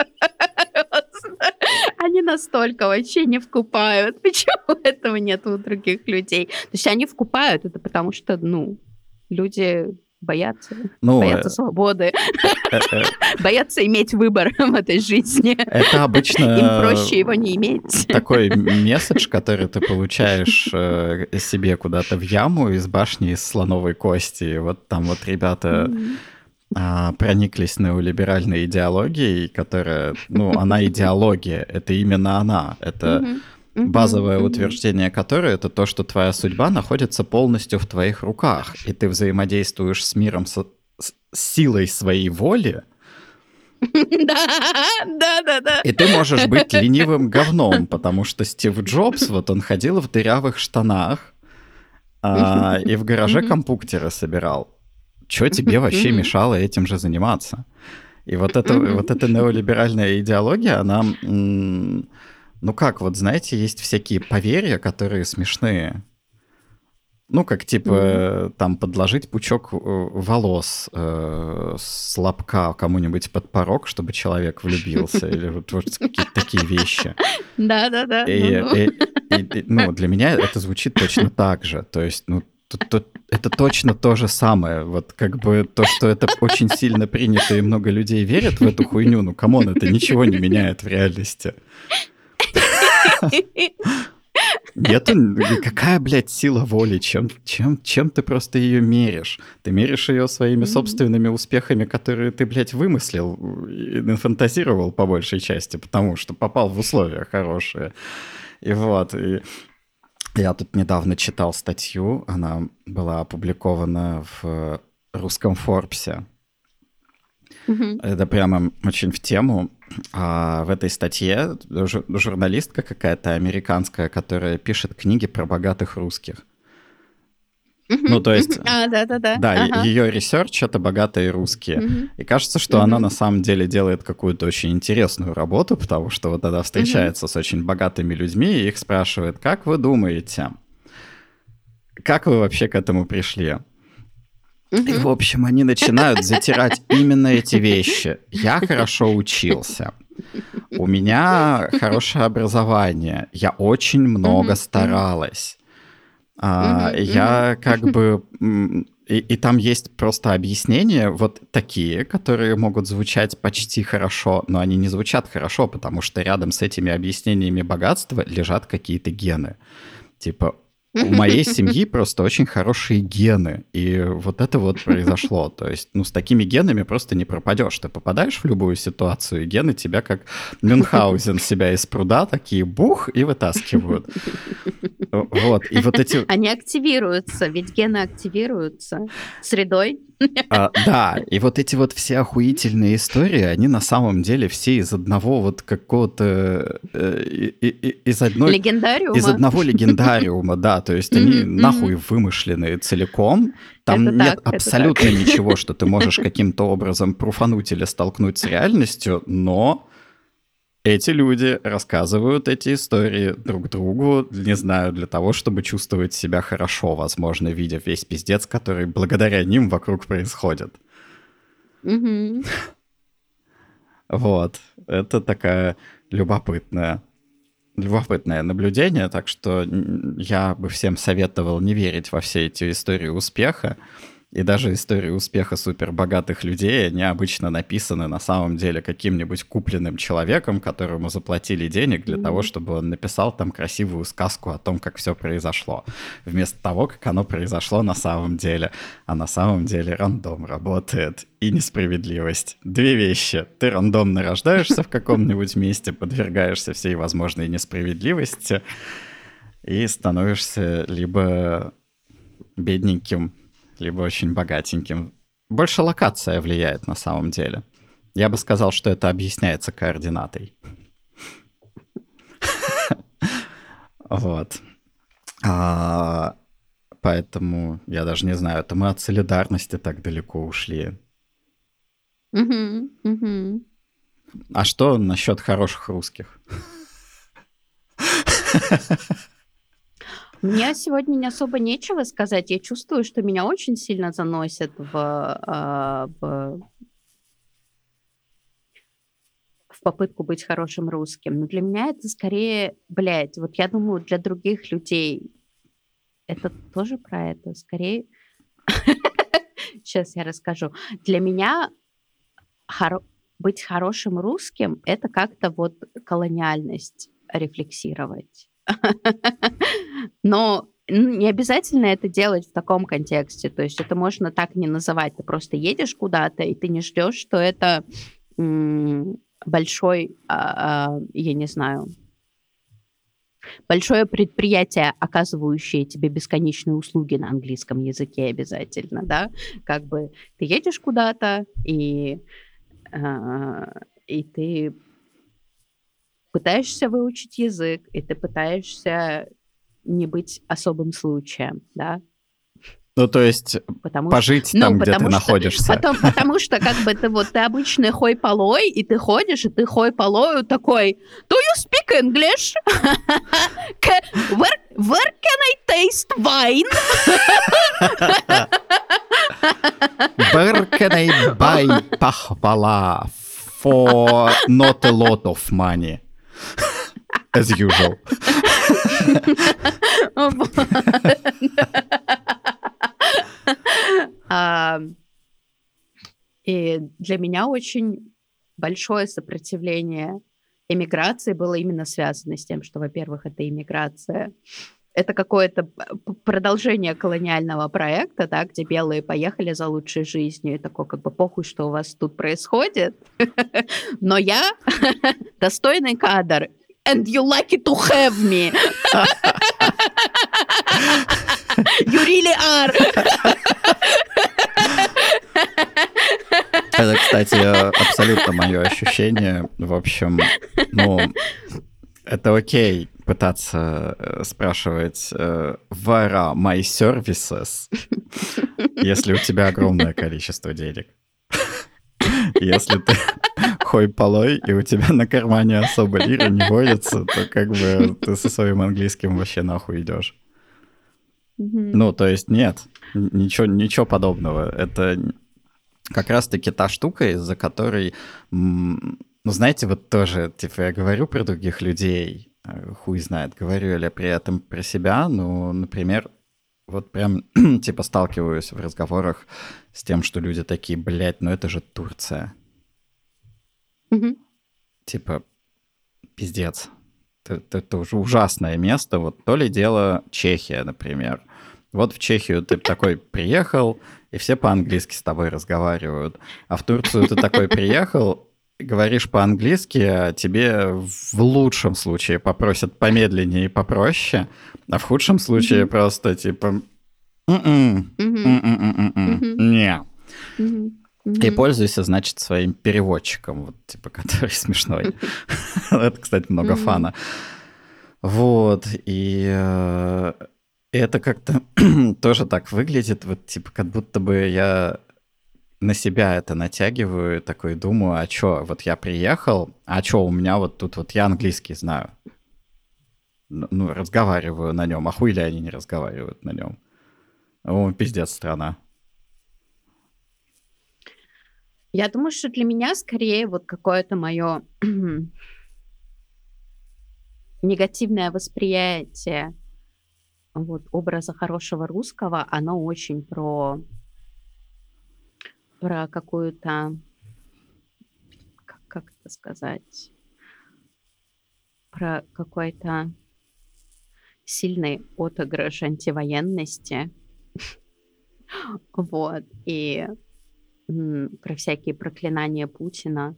Speaker 2: Они настолько вообще не вкупают. Почему этого нет у других людей? То есть они вкупают, это потому что, люди боятся свободы, боятся иметь выбор в этой жизни.
Speaker 1: Это обычно...
Speaker 2: Им проще его не иметь.
Speaker 1: Такой месседж, который ты получаешь себе куда-то в яму из башни из слоновой кости. Вот там вот ребята прониклись неолиберальной идеологией, которая... она идеология, это именно она. Это... базовое утверждение которое — это то, что твоя судьба находится полностью в твоих руках, и ты взаимодействуешь с миром с силой своей воли.
Speaker 2: Да.
Speaker 1: И ты можешь быть ленивым говном, потому что Стив Джобс, он ходил в дырявых штанах и в гараже компьютеры собирал. Чё тебе вообще мешало этим же заниматься? И вот эта неолиберальная идеология, она... знаете, есть всякие поверья, которые смешные. Как, там, подложить пучок волос с лобка кому-нибудь под порог, чтобы человек влюбился, или вот какие-то такие вещи.
Speaker 2: Да.
Speaker 1: Для меня это звучит точно так же. То есть, это точно то же самое. Вот как бы то, что это очень сильно принято, и много людей верят в эту хуйню, камон, это ничего не меняет в реальности. Нету, какая, блядь, сила воли? Чем ты просто ее меришь? Ты меришь ее своими собственными успехами, которые ты, блядь, вымыслил и нафантазировал по большей части, потому что попал в условия хорошие. И вот. Я тут недавно читал статью, она была опубликована в русском Форбсе. Это прямо очень в тему. В этой статье журналистка какая-то американская, которая пишет книги про богатых русских. Ну, то есть, да, ее ресерч — это богатые русские. И кажется, что она на самом деле делает какую-то очень интересную работу, потому что вот она встречается с очень богатыми людьми и их спрашивает: как вы думаете, как вы вообще к этому пришли? И, в общем, они начинают затирать именно эти вещи. Я хорошо учился. У меня хорошее образование. Я очень много старалась. Я как бы... И там есть просто объяснения вот такие, которые могут звучать почти хорошо, но они не звучат хорошо, потому что рядом с этими объяснениями богатства лежат какие-то гены. Типа, у моей семьи просто очень хорошие гены, и вот это вот произошло. То есть, ну, с такими генами просто не пропадешь. Ты попадаешь в любую ситуацию, и гены тебя, как Мюнхгаузен, себя из пруда, такие бух, и вытаскивают. Вот, и вот эти...
Speaker 2: Они активируются, ведь гены активируются средой.
Speaker 1: Да, и вот эти вот все охуительные истории, они на самом деле все из одного вот какого-то... Из одного легендариума, да, то есть они нахуй вымышленные целиком. Там нет абсолютно ничего, что ты можешь каким-то образом пруфануть или столкнуть с реальностью, но... Эти люди рассказывают эти истории друг другу, не знаю, для того, чтобы чувствовать себя хорошо, возможно, видя весь пиздец, который благодаря ним вокруг происходит. Вот. Это такая любопытное наблюдение, так что я бы всем советовал не верить во все эти истории успеха. И даже истории успеха супербогатых людей, они обычно написаны на самом деле каким-нибудь купленным человеком, которому заплатили денег для того, чтобы он написал там красивую сказку о том, как все произошло, вместо того, как оно произошло на самом деле. А на самом деле рандом работает и несправедливость. Две вещи. Ты рандомно рождаешься в каком-нибудь месте, подвергаешься всей возможной несправедливости и становишься либо бедненьким, либо очень богатеньким. Больше локация влияет на самом деле. Я бы сказал, что это объясняется координатой. Вот. Поэтому я даже не знаю, это мы от солидарности так далеко ушли. А что насчет хороших русских?
Speaker 2: Мне сегодня не особо нечего сказать. Я чувствую, что меня очень сильно заносят в попытку быть хорошим русским. Но для меня это скорее, вот я думаю, для других людей это тоже про это. Скорее... Сейчас я расскажу. Для меня быть хорошим русским — это как-то вот колониальность рефлексировать. Но не обязательно это делать в таком контексте. То есть это можно так не называть. Ты просто едешь куда-то, и ты не ждешь, что это большой, я не знаю, большое предприятие, оказывающее тебе бесконечные услуги на английском языке обязательно, да? Как бы ты едешь куда-то, и ты пытаешься выучить язык, и ты пытаешься не быть особым случаем, да?
Speaker 1: Ну, то есть пожить там, где ты находишься.
Speaker 2: Потому что как бы ты обычный хой-полой, и ты ходишь, и ты хой-полою такой: Do you speak English? Where can I taste wine?
Speaker 1: Where can I buy пахвала for not a lot of money? As usual.
Speaker 2: И для меня очень большое сопротивление эмиграции было именно связано с тем, что, во-первых, это иммиграция. Это какое-то продолжение колониального проекта, да, где белые поехали за лучшей жизнью, и такое, как бы, похуй, что у вас тут происходит, но я достойный кадр, and you lucky to have me. You really are!
Speaker 1: Это, кстати, абсолютно мое ощущение. В общем, ну, это окей пытаться спрашивать «Where are my services?», если у тебя огромное количество денег. Если ты хой полой, и у тебя на кармане особо лира не водится, то как бы ты со своим английским вообще нахуй идешь. Ну, то есть нет, ничего подобного. Это как раз-таки та штука, из-за которой, ну, знаете, вот тоже, типа, я говорю про других людей, хуй знает, говорю ли я при этом про себя, ну, например, вот прям, типа, сталкиваюсь в разговорах с тем, что люди такие, блядь, ну это же Турция. Типа, пиздец. Это уже ужасное место. Вот то ли дело Чехия, например. Вот в Чехию ты такой приехал, и все по-английски с тобой разговаривают. А в Турцию ты такой приехал, говоришь по-английски, а тебе в лучшем случае попросят помедленнее и попроще, а в худшем случае просто типа не. И пользуйся, значит, своим переводчиком, вот, типа, который смешной. Это, кстати, много фана. Вот, и это как-то тоже так выглядит, вот, типа, как будто бы я на себя это натягиваю, такой думаю, а чё, вот я приехал, а чё, у меня вот тут вот я английский знаю. Ну, разговариваю на нем, а хуй ли они не разговаривают на нем? О, пиздец, страна.
Speaker 2: Я думаю, что для меня скорее вот какое-то мое негативное восприятие вот образа хорошего русского, оно очень про какую-то, как это сказать, про какой-то сильный отыгрыш антивоенности. Вот, и про всякие проклинания Путина,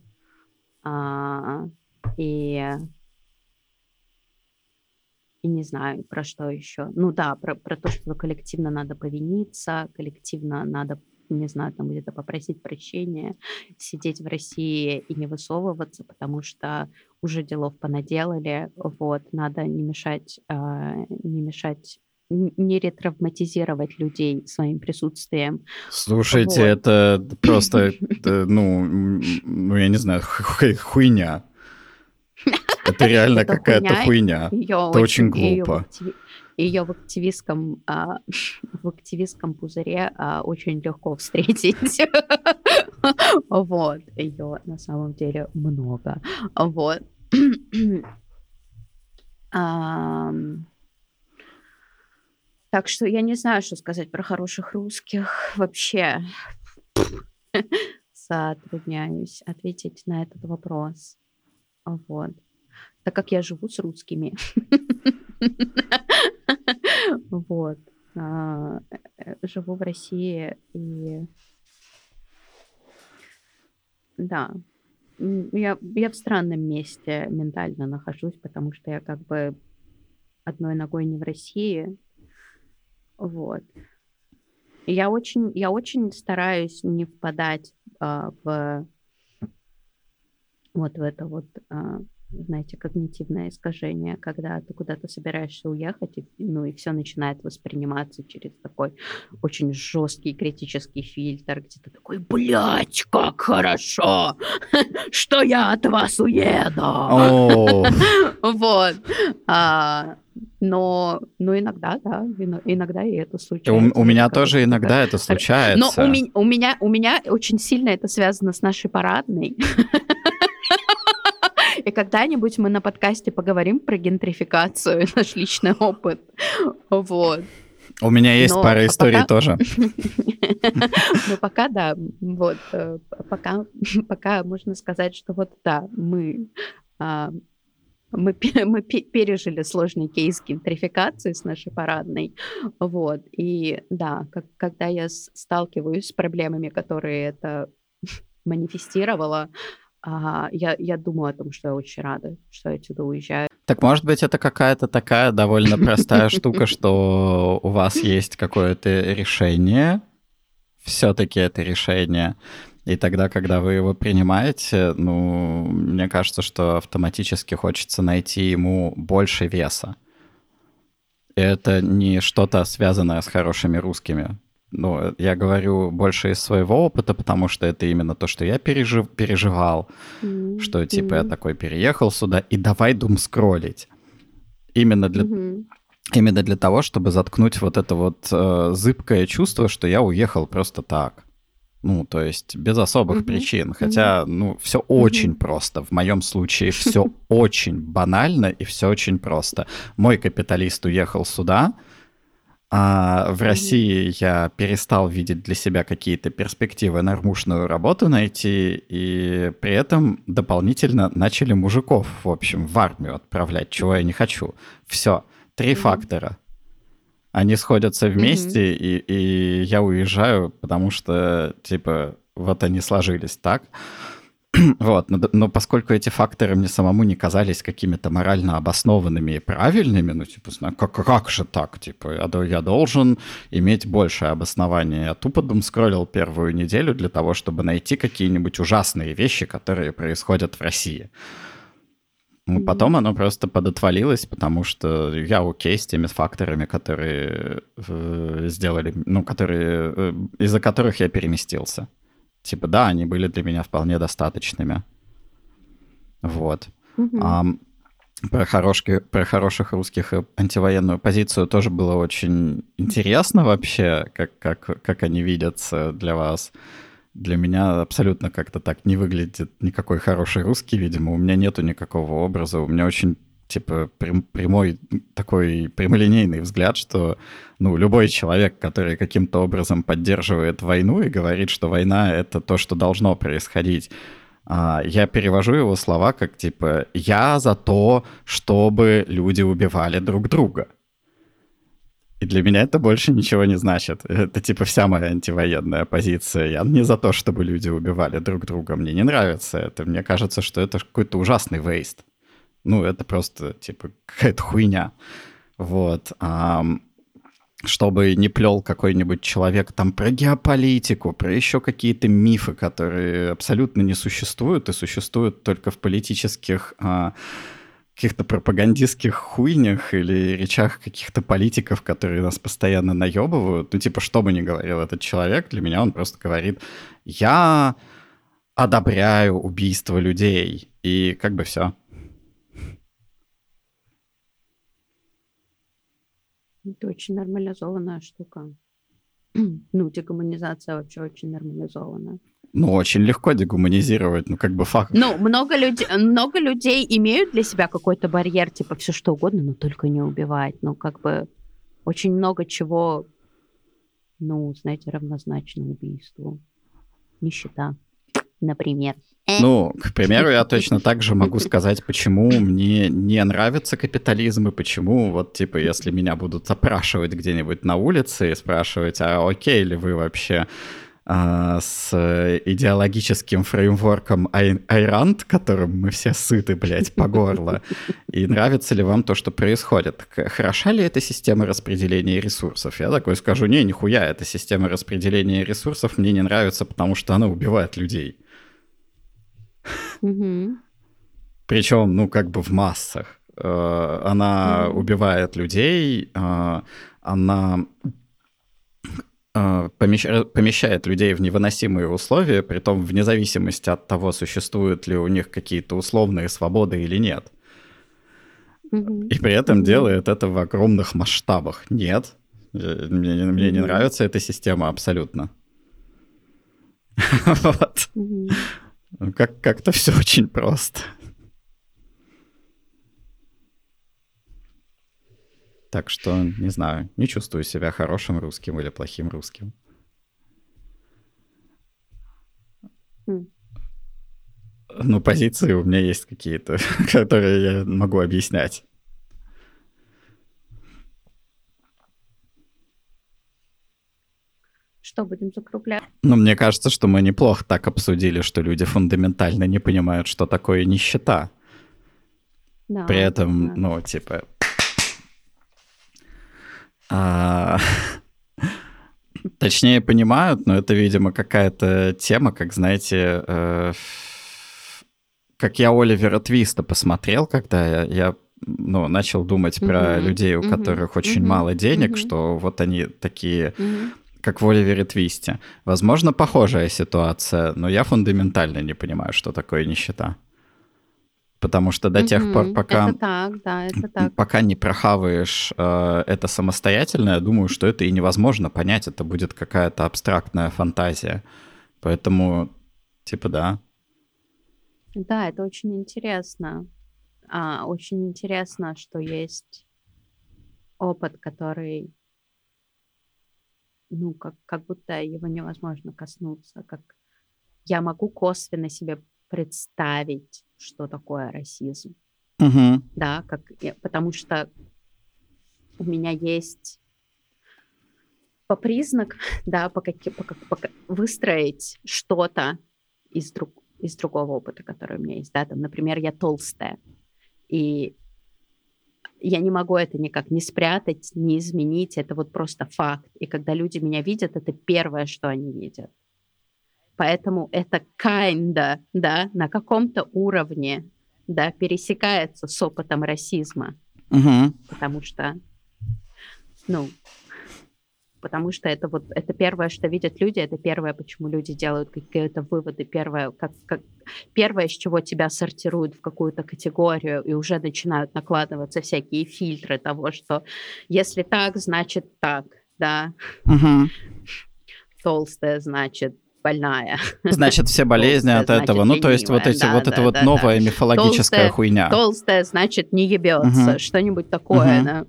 Speaker 2: и не знаю, про что еще. Ну да, про то, что коллективно надо повиниться, коллективно надо, не знаю, там где-то попросить прощения, сидеть в России и не высовываться, потому что уже делов понаделали, вот, надо не мешать, не ретравматизировать людей своим присутствием.
Speaker 1: Слушайте,
Speaker 2: Вот.
Speaker 1: это просто, ну, я не знаю, хуйня. Это реально
Speaker 2: Это
Speaker 1: какая-то хуйня. Это очень глупо.
Speaker 2: Ее в активистском пузыре очень легко встретить. Вот. Ее на самом деле много. Вот. Так что я не знаю, что сказать про хороших русских. Вообще затрудняюсь ответить на этот вопрос. Вот. Так как я живу с русскими. Вот. Живу в России и... Да. Я в странном месте ментально нахожусь, потому что я как бы одной ногой не в России. Вот. Я очень стараюсь не впадать в это вот, знаете, когнитивное искажение, когда ты куда-то собираешься уехать, и все начинает восприниматься через такой очень жесткий критический фильтр, где ты такой, блядь, как хорошо, что я от вас уеду. Вот. Но иногда, да, иногда и это случается.
Speaker 1: У меня тоже иногда это случается.
Speaker 2: Но у меня очень сильно это связано с нашей парадной. И когда-нибудь мы на подкасте поговорим про гентрификацию, наш личный опыт. Вот.
Speaker 1: У меня есть пара историй тоже.
Speaker 2: Но пока, да, вот, пока можно сказать, что вот, да, мы пережили сложный кейс гентрификации с нашей парадной, вот, и да, когда я сталкиваюсь с проблемами, которые это манифестировало, я думаю о том, что я очень рада, что я отсюда уезжаю.
Speaker 1: Так, может быть, это какая-то такая довольно простая штука, что у вас есть какое-то решение, все-таки это решение, и тогда, когда вы его принимаете, ну, мне кажется, что автоматически хочется найти ему больше веса. И это не что-то связанное с хорошими русскими. Ну, я говорю больше из своего опыта, потому что это именно то, что я переживал, что, типа, я такой переехал сюда, и давай думскроллить. Именно для того, чтобы заткнуть вот это вот зыбкое чувство, что я уехал просто так. Ну, то есть без особых причин. Хотя, ну, все очень просто. В моем случае все очень банально и все очень просто. Мой капиталист уехал сюда, а в России я перестал видеть для себя какие-то перспективы нормушную работу найти, и при этом дополнительно начали мужиков, в общем, в армию отправлять, чего я не хочу. Все. 3 фактора. Они сходятся вместе, и я уезжаю, потому что, типа, вот они сложились так. Вот, но поскольку эти факторы мне самому не казались какими-то морально обоснованными и правильными, ну, типа, как же так? Типа, я должен иметь большее обоснование. Я тупо думскроллил первую неделю для того, чтобы найти какие-нибудь ужасные вещи, которые происходят в России. Ну, потом оно просто подотвалилось, потому что я окей с теми факторами, которые сделали, ну, которые, из-за которых я переместился. Типа, да, они были для меня вполне достаточными. Вот. Про хороших русских и антивоенную позицию тоже было очень интересно вообще, как они видятся для вас. Для меня абсолютно как-то так не выглядит никакой хороший русский, видимо. У меня нету никакого образа. У меня очень, типа, прямой такой прямолинейный взгляд, что, ну, любой человек, который каким-то образом поддерживает войну и говорит, что война — это то, что должно происходить, я перевожу его слова как, типа, «я за то, чтобы люди убивали друг друга». И для меня это больше ничего не значит. Это, типа, вся моя антивоенная позиция. Я не за то, чтобы люди убивали друг друга. Мне не нравится это. Мне кажется, что это какой-то ужасный вейст. Ну, это просто, типа, какая-то хуйня. Вот. Чтобы не плел какой-нибудь человек там про геополитику, про еще какие-то мифы, которые абсолютно не существуют и существуют только в политических... каких-то пропагандистских хуйнях или речах каких-то политиков, которые нас постоянно наебывают. Ну, типа, что бы ни говорил этот человек, для меня он просто говорит, я одобряю убийство людей. И как бы все.
Speaker 2: Это очень нормализованная штука. Ну, дегуманизация вообще очень нормализована.
Speaker 1: Ну, очень легко дегуманизировать, ну, как бы факт.
Speaker 2: Ну, много людей имеют для себя какой-то барьер, типа, все что угодно, но только не убивать. Ну, как бы, очень много чего, ну, знаете, равнозначно убийству. Нищета, например.
Speaker 1: Ну, к примеру, я точно так же могу сказать, почему мне не нравится капитализм, и почему, вот, типа, если меня будут опрашивать где-нибудь на улице и спрашивать, а окей ли вы вообще с идеологическим фреймворком Айранд, которым мы все сыты, блядь, по горло, и нравится ли вам то, что происходит? Хороша ли эта система распределения ресурсов? Я такой скажу, не, нихуя, эта система распределения ресурсов мне не нравится, потому что она убивает людей. Причем, ну, как бы в массах. Она убивает людей, она помещает людей в невыносимые условия, притом вне зависимости от того, существуют ли у них какие-то условные свободы или нет. И при этом делает это в огромных масштабах. Нет, мне не нравится эта система абсолютно. Вот. Как-то все очень просто. Так что, не знаю, не чувствую себя хорошим русским или плохим русским. Ну, позиции у меня есть какие-то, которые я могу объяснять.
Speaker 2: Что, будем закруглять?
Speaker 1: Ну, мне кажется, что мы неплохо так обсудили, что люди фундаментально не понимают, что такое нищета.
Speaker 2: Да,
Speaker 1: При этом,
Speaker 2: да.
Speaker 1: ну, типа... а, Точнее, понимают, но это, видимо, какая-то тема, как, знаете, как я Оливера Твиста посмотрел, когда я ну, начал думать про людей, у которых очень мало денег, что вот они такие, как в Оливере Твисте. Возможно, похожая ситуация, но я фундаментально не понимаю, что такое нищета. Потому что до тех пор, пока,
Speaker 2: Это так, да, это так.
Speaker 1: пока не прохаваешь это самостоятельно, я думаю, что это и невозможно понять, это будет какая-то абстрактная фантазия. Поэтому, типа, да.
Speaker 2: Да, это очень интересно. Очень интересно, что есть опыт, который, ну, как будто его невозможно коснуться. Как я могу косвенно себе представить, что такое расизм.
Speaker 1: Угу.
Speaker 2: Да, потому что у меня есть по признак, да, выстроить что-то из другого опыта, который у меня есть. Да, там, например, я толстая, и я не могу это никак не спрятать, не изменить, это вот просто факт. И когда люди меня видят, это первое, что они видят. Поэтому это да, на каком-то уровне, да, пересекается с опытом расизма.
Speaker 1: Угу.
Speaker 2: Потому что это первое, что видят люди, это первое, почему люди делают какие-то выводы, первое, первое, с чего тебя сортируют в какую-то категорию, и уже начинают накладываться всякие фильтры того, что если так, значит так, да.
Speaker 1: Угу.
Speaker 2: Толстая, значит больная.
Speaker 1: Значит, все болезни от этого. Ну, то есть вот эта новая мифологическая хуйня.
Speaker 2: Толстая, значит, не ебется. Что-нибудь такое, да.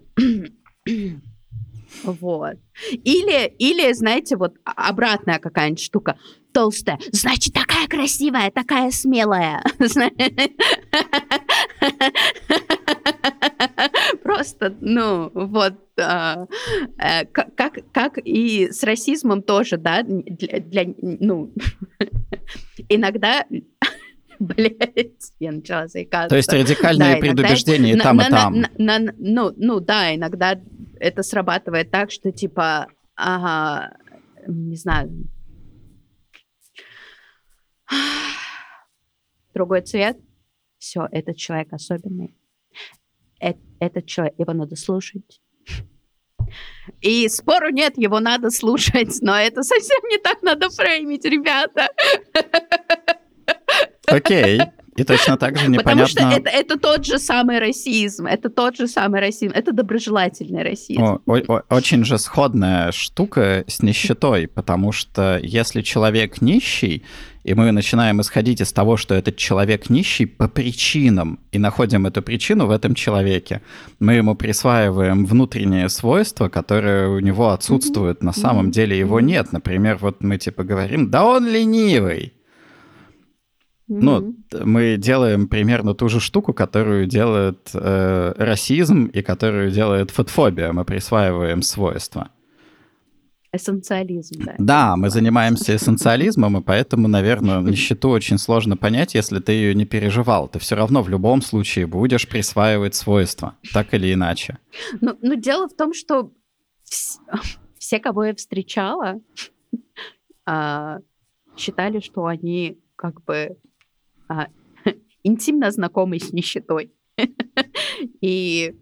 Speaker 2: Вот. Или, знаете, вот обратная какая-нибудь штука. Толстая, значит, такая красивая, такая смелая. Просто, ну, вот, как и с расизмом тоже, да, иногда, блять, я начала заикаться.
Speaker 1: То есть радикальные предубеждения там и там.
Speaker 2: Да, иногда это срабатывает так, что типа, не знаю, другой цвет, все, этот человек особенный. Этот человек, его надо слушать. И спору нет, его надо слушать, но это совсем не так надо фреймить, ребята.
Speaker 1: Окей. И точно так же непонятно...
Speaker 2: Потому что это тот же самый расизм, это доброжелательный расизм.
Speaker 1: Очень же сходная штука с нищетой, потому что если человек нищий, и мы начинаем исходить из того, что этот человек нищий по причинам, и находим эту причину в этом человеке, мы ему присваиваем внутренние свойства, которые у него отсутствуют, на самом деле его нет. Например, вот мы типа говорим, да он ленивый. Ну, мы делаем примерно ту же штуку, которую делает расизм и которую делает фотофобия. Мы присваиваем свойства.
Speaker 2: Эссенциализм, да.
Speaker 1: Да, мы занимаемся эссенциализмом, и поэтому, наверное, нищету очень сложно понять, если ты ее не переживал. Ты все равно в любом случае будешь присваивать свойства, так или иначе.
Speaker 2: Ну, дело в том, что все, кого я встречала, считали, что они как бы интимно знакомы с нищетой. И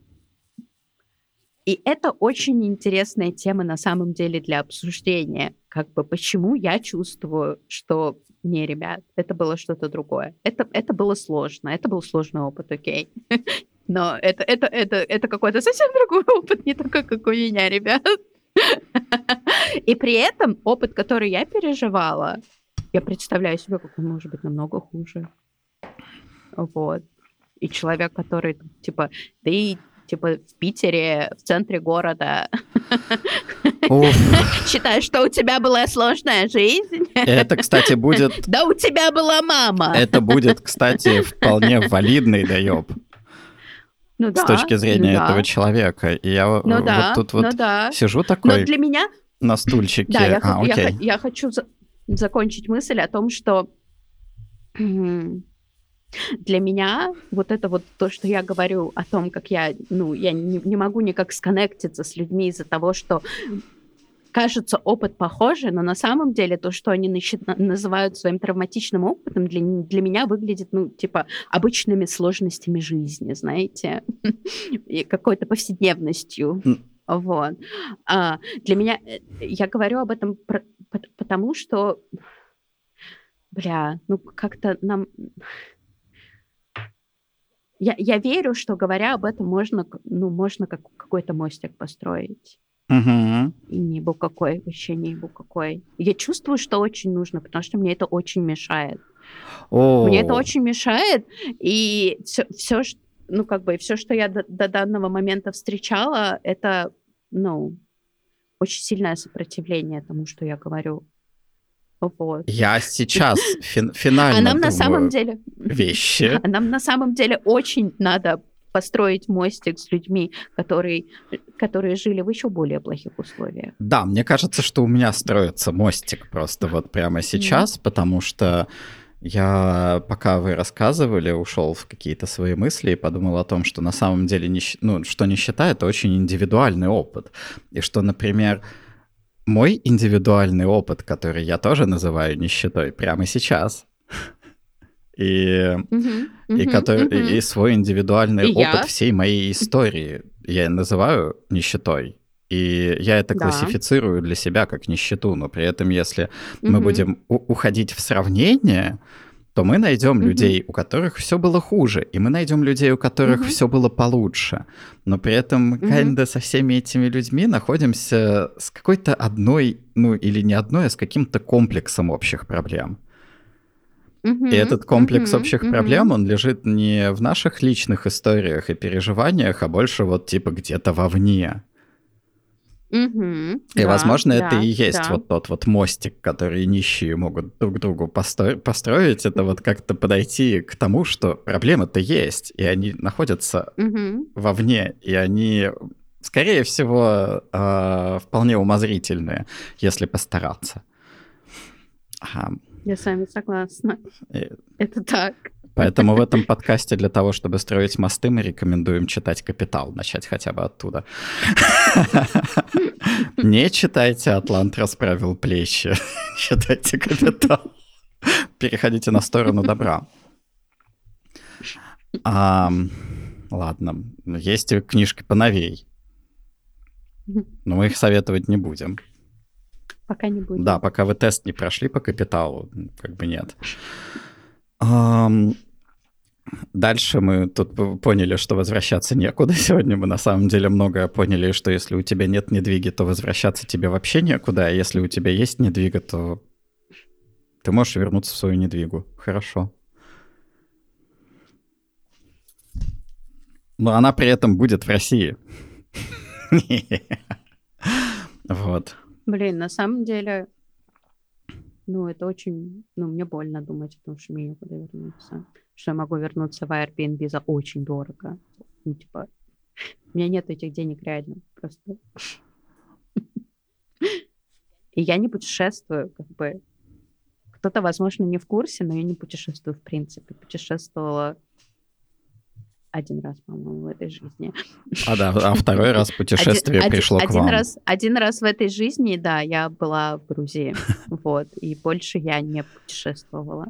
Speaker 2: это очень интересная тема на самом деле для обсуждения. Как бы почему я чувствую, что не, ребят, это было что-то другое. Это было сложно. Это был сложный опыт, окей. Но это какой-то совсем другой опыт, не такой, как у меня, ребят. И при этом опыт, который я переживала, я представляю себе, как он может быть намного хуже. Вот. И человек, который, типа, ты, типа, в Питере, в центре города, считаешь, что у тебя была сложная жизнь.
Speaker 1: Это, кстати, будет...
Speaker 2: Да у тебя была мама.
Speaker 1: Это будет, кстати, вполне валидный доеб. С точки зрения этого человека. И я вот тут сижу такой...
Speaker 2: Но для меня...
Speaker 1: На стульчике.
Speaker 2: Да, я хочу закончить мысль о том, что Для меня вот это вот то, что я говорю о том, как я не могу никак сконнектиться с людьми из-за того, что кажется опыт похожий, но на самом деле то, что они называют своим травматичным опытом, для меня выглядит, обычными сложностями жизни, знаете, и какой-то повседневностью. Вот. Для меня, я говорю об этом потому, что, как-то нам... Я верю, что, говоря об этом, можно какой-то мостик построить.
Speaker 1: Угу.
Speaker 2: И вообще не какой. Я чувствую, что очень нужно, потому что мне это очень мешает. Мне это очень мешает, и все, что я до данного момента встречала, это, очень сильное сопротивление тому, что я говорю. Вот.
Speaker 1: Я сейчас финально
Speaker 2: нам на
Speaker 1: думаю
Speaker 2: самом деле
Speaker 1: вещи.
Speaker 2: А нам на самом деле очень надо построить мостик с людьми, которые жили в еще более плохих условиях.
Speaker 1: Да, мне кажется, что у меня строится мостик просто вот прямо сейчас, потому что я, пока вы рассказывали, ушел в какие-то свои мысли и подумал о том, что на самом деле, что нищета — это очень индивидуальный опыт. И что, например, мой индивидуальный опыт, который я тоже называю нищетой прямо сейчас, и свой индивидуальный опыт всей моей истории я называю нищетой. И я это классифицирую для себя как нищету, но при этом, если мы будем уходить в сравнение, то мы найдем людей, у которых все было хуже, и мы найдем людей, у которых все было получше. Но при этом со всеми этими людьми находимся с какой-то одной, или не одной, а с каким-то комплексом общих проблем. И этот комплекс общих проблем, он лежит не в наших личных историях и переживаниях, а больше вот типа где-то вовне. И, возможно, это и есть вот тот вот мостик, который нищие могут друг другу построить. Это вот как-то подойти к тому, что проблемы-то есть, и они находятся вовне, и они, скорее всего, вполне умозрительные, если постараться.
Speaker 2: Я с вами согласна. Это так.
Speaker 1: Поэтому в этом подкасте для того, чтобы строить мосты, мы рекомендуем читать «Капитал», начать хотя бы оттуда. Не читайте «Атлант расправил плечи», читайте «Капитал». Переходите на сторону добра. Ладно, есть книжки поновей, но мы их советовать не будем.
Speaker 2: Пока не будем.
Speaker 1: Да, пока вы тест не прошли по «Капиталу», как бы нет. Дальше мы тут поняли, что возвращаться некуда. Сегодня мы на самом деле многое поняли, что если у тебя нет недвиги, то возвращаться тебе вообще некуда, а если у тебя есть недвига, то ты можешь вернуться в свою недвигу. Хорошо. Но она при этом будет в России. Вот.
Speaker 2: Блин, на самом деле, это очень... мне больно думать о том, что мне некуда вернуться. Что я могу вернуться в Airbnb за очень дорого. У меня нет этих денег реально. Просто. И я не путешествую, Кто-то, возможно, не в курсе, но я не путешествую в принципе. Путешествовала один раз, по-моему, в этой жизни.
Speaker 1: А второй раз путешествие пришло к вам.
Speaker 2: Один раз в этой жизни, да, я была в Грузии. Вот. И больше я не путешествовала.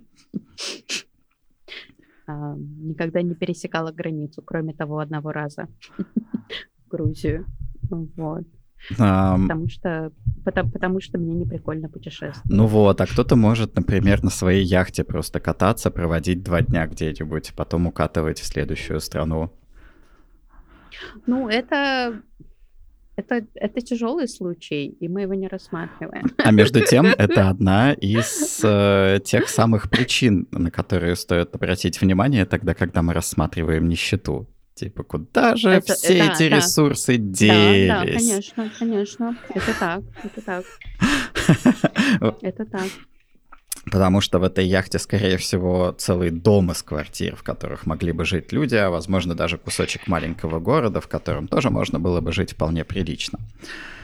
Speaker 2: Никогда не пересекала границу, кроме того одного раза в Грузию. Вот. Потому что мне не прикольно путешествовать.
Speaker 1: А кто-то может, например, на своей яхте просто кататься, проводить 2 дня где-нибудь, потом укатывать в следующую страну.
Speaker 2: Это тяжелый случай, и мы его не рассматриваем.
Speaker 1: А между тем, это одна из тех самых причин, на которые стоит обратить внимание тогда, когда мы рассматриваем нищету. Типа, куда же все эти ресурсы делись?
Speaker 2: Да, конечно. Это так. Это так.
Speaker 1: Потому что в этой яхте, скорее всего, целый дом из квартир, в которых могли бы жить люди, а, возможно, даже кусочек маленького города, в котором тоже можно было бы жить вполне прилично.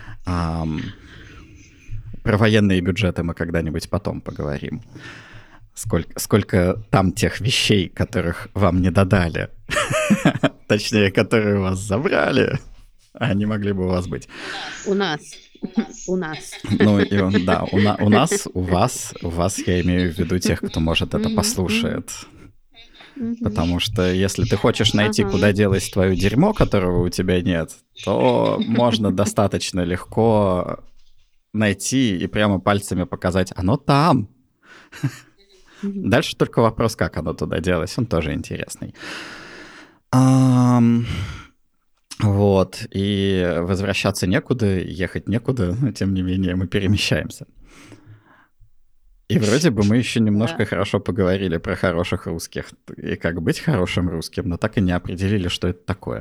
Speaker 1: Про военные бюджеты мы когда-нибудь потом поговорим. сколько там тех вещей, которых вам не додали. Точнее, которые у вас забрали, а они могли бы у вас быть.
Speaker 2: У нас.
Speaker 1: Ну, и да, у нас, у вас я имею в виду тех, кто, может, это послушает. Потому что если ты хочешь найти, куда делось твое дерьмо, которого у тебя нет, то можно достаточно легко найти и прямо пальцами показать, оно там. Дальше только вопрос, как оно туда делось, он тоже интересный. Вот, и возвращаться некуда, ехать некуда, но тем не менее мы перемещаемся. И вроде бы мы еще немножко хорошо поговорили про хороших русских и как быть хорошим русским, но так и не определили, что это такое.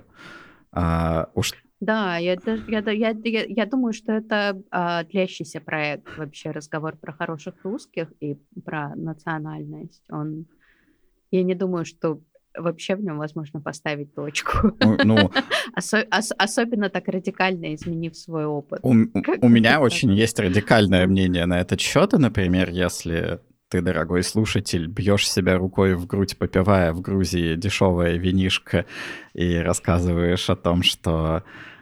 Speaker 2: Да, я думаю, что это длящийся проект, вообще разговор про хороших русских и про национальность. Я не думаю, что вообще в нем возможно поставить точку. Особенно так радикально изменив свой опыт.
Speaker 1: У меня очень есть радикальное мнение на этот счет. И, например, если ты, дорогой слушатель, бьешь себя рукой в грудь, попивая в Грузии дешевое винишко и рассказываешь о том, что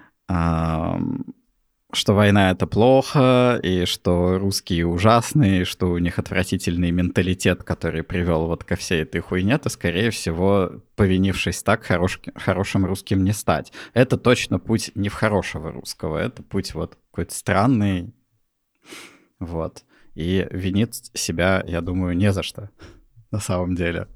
Speaker 1: война — это плохо, и что русские ужасные, и что у них отвратительный менталитет, который привел вот ко всей этой хуйне, то, скорее всего, повинившись так, хорошим русским не стать. Это точно путь не в хорошего русского, это путь вот какой-то странный, вот. И винить себя, я думаю, не за что, на самом деле.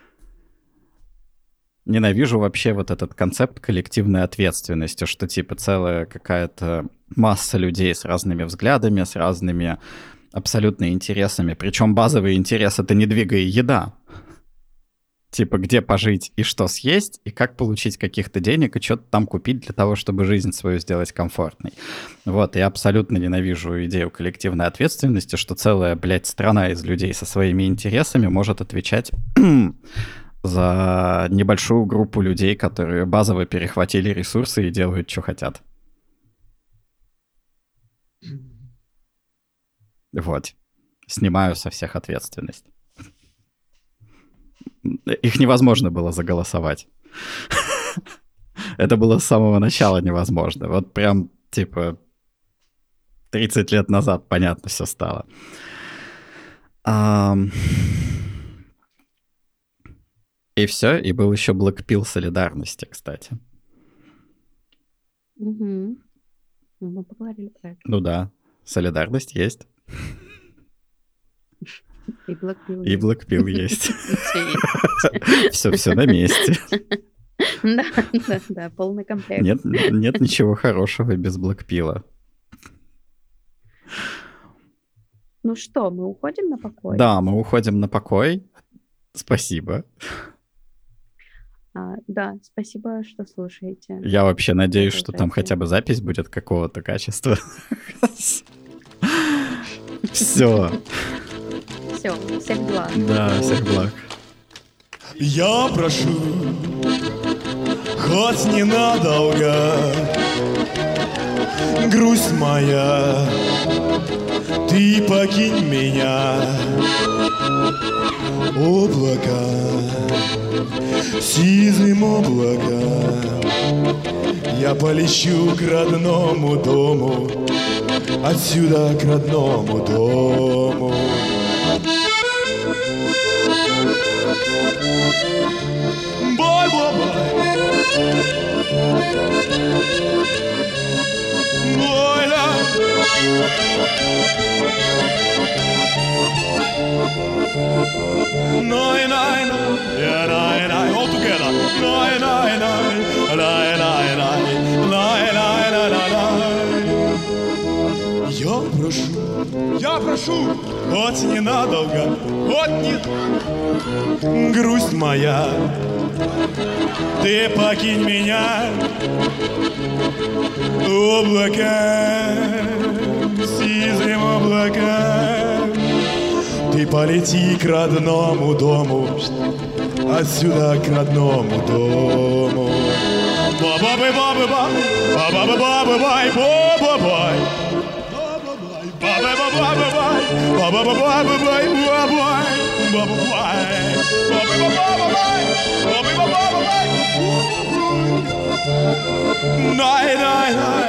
Speaker 1: Ненавижу вообще вот этот концепт коллективной ответственности, что типа целая какая-то масса людей с разными взглядами, с разными абсолютно интересами. Причем базовый интерес — это не двигай еда. Типа где пожить и что съесть, и как получить каких-то денег, и что-то там купить для того, чтобы жизнь свою сделать комфортной. Вот, я абсолютно ненавижу идею коллективной ответственности, что целая, блядь, страна из людей со своими интересами может отвечать за небольшую группу людей, которые базово перехватили ресурсы и делают, что хотят. Вот. Снимаю со всех ответственность. Их невозможно было заголосовать. Это было с самого начала невозможно. Вот прям, типа, 30 лет назад понятно все стало. И все, и был еще Blackpill солидарности, кстати.
Speaker 2: Угу. Мы поговорили про это.
Speaker 1: Ну да, солидарность есть.
Speaker 2: И Blackpill
Speaker 1: есть. И Blackpill есть. Все на месте.
Speaker 2: Да, полный комплект.
Speaker 1: Нет ничего хорошего без Blackpill.
Speaker 2: Ну что, мы уходим на покой?
Speaker 1: Да, мы уходим на покой. Спасибо.
Speaker 2: Да, спасибо, что слушаете.
Speaker 1: Я вообще надеюсь, что там хотя бы запись будет какого-то качества. Все.
Speaker 2: Все, всех благ.
Speaker 1: Да, всех благ.
Speaker 6: Я прошу, хоть ненадолго, грусть моя, ты покинь меня. Облака, сизым облаком, я полечу к родному дому, отсюда к родному дому. Бай-бай-бай, бай-ла. Nine, nine, yeah, nine, nine, all together. Nine, nine, nine, nine, nine, nine, nine, nine, nine. Я прошу, хоть ненадолго, хоть не... Грусть моя, ты покинь меня. Облака, сизым облаком, ты полети к родному дому, отсюда к родному дому. Ба-ба-бай-ба-бай, ба-ба-бай-бай, ба-ба-бай. Ба-ба-бай-бай, ба-ба-бай-бай, ба-бай. Nein, nein, nein.